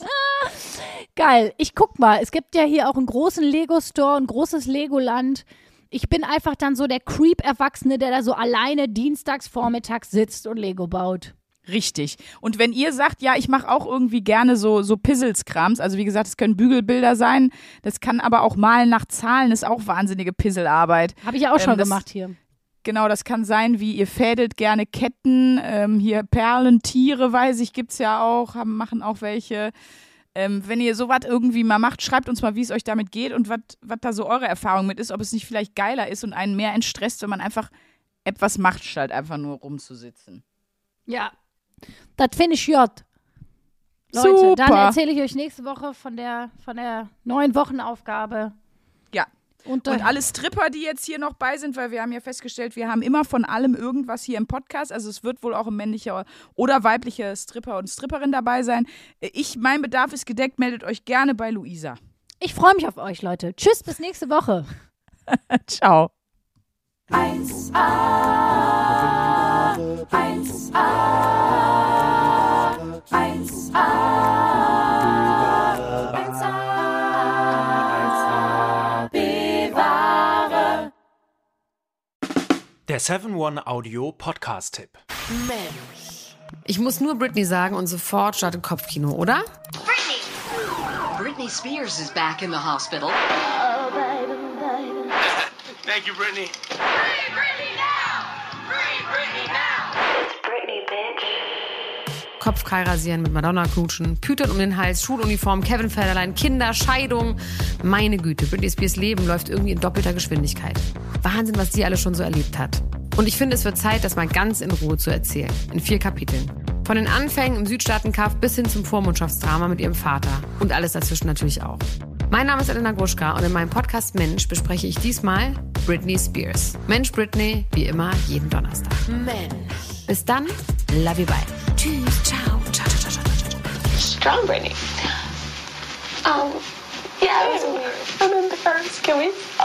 Geil. Ich guck mal, es gibt ja hier auch einen großen Lego-Store, ein großes Legoland. Ich bin einfach dann so der Creep-Erwachsene, der da so alleine dienstags vormittags sitzt und Lego baut. Richtig. Und wenn ihr sagt, ja, ich mache auch irgendwie gerne so, so Pizzles-Krams, also wie gesagt, es können Bügelbilder sein, das kann aber auch Malen nach Zahlen, ist auch wahnsinnige Pizzelarbeit. Habe ich ja auch schon Ähm, das- gemacht hier. Genau, das kann sein, wie ihr fädelt gerne Ketten, ähm, hier Perlentiere, weiß ich, gibt's ja auch, haben, machen auch welche. Ähm, wenn ihr sowas irgendwie mal macht, schreibt uns mal, wie es euch damit geht und was da so eure Erfahrung mit ist, ob es nicht vielleicht geiler ist und einen mehr entstresst, wenn man einfach etwas macht, statt einfach nur rumzusitzen. Ja. Das finde ich jod. Leute, Super. dann erzähle ich euch nächste Woche von der, von der neuen Wochenaufgabe. Ja. Und, Und äh, alle Stripper, die jetzt hier noch bei sind, weil wir haben ja festgestellt, wir haben immer von allem irgendwas hier im Podcast. Also es wird wohl auch ein männlicher oder weiblicher Stripper und Stripperin dabei sein. Ich, mein Bedarf ist gedeckt, meldet euch gerne bei Luisa. ich freue mich auf euch, Leute. Tschüss, bis nächste Woche. Ciao. eins A, eins A, eins A, eins A, bewahre. Der seven one Audio Podcast-Tipp. Ich muss nur Britney sagen und sofort startet Kopfkino, oder? Britney! Britney Spears is back in the hospital. Thank you, Britney. Free Britney now! Free Britney now! Britney, bitch. Kopfkei rasieren, mit Madonna knutschen, Pütern um den Hals, Schuluniform, Kevin Federlein, Kinder, Scheidung. Meine Güte, Britney Spears Leben läuft irgendwie in doppelter Geschwindigkeit. Wahnsinn, was die alle schon so erlebt hat. Und ich finde, es wird Zeit, das mal ganz in Ruhe zu erzählen. In vier Kapiteln. Von den Anfängen im Südstaatenkampf bis hin zum Vormundschaftsdrama mit ihrem Vater. Und alles dazwischen natürlich auch. Mein Name ist Elena Gruschka und in meinem Podcast Mensch bespreche ich diesmal Britney Spears. Mensch Britney, wie immer, jeden Donnerstag. Mensch. Bis dann, love you, bye. Tschüss, ciao, ciao, ciao, ciao, ciao, ciao. Strong Britney. Um, yeah, it was weird. And then the first, can we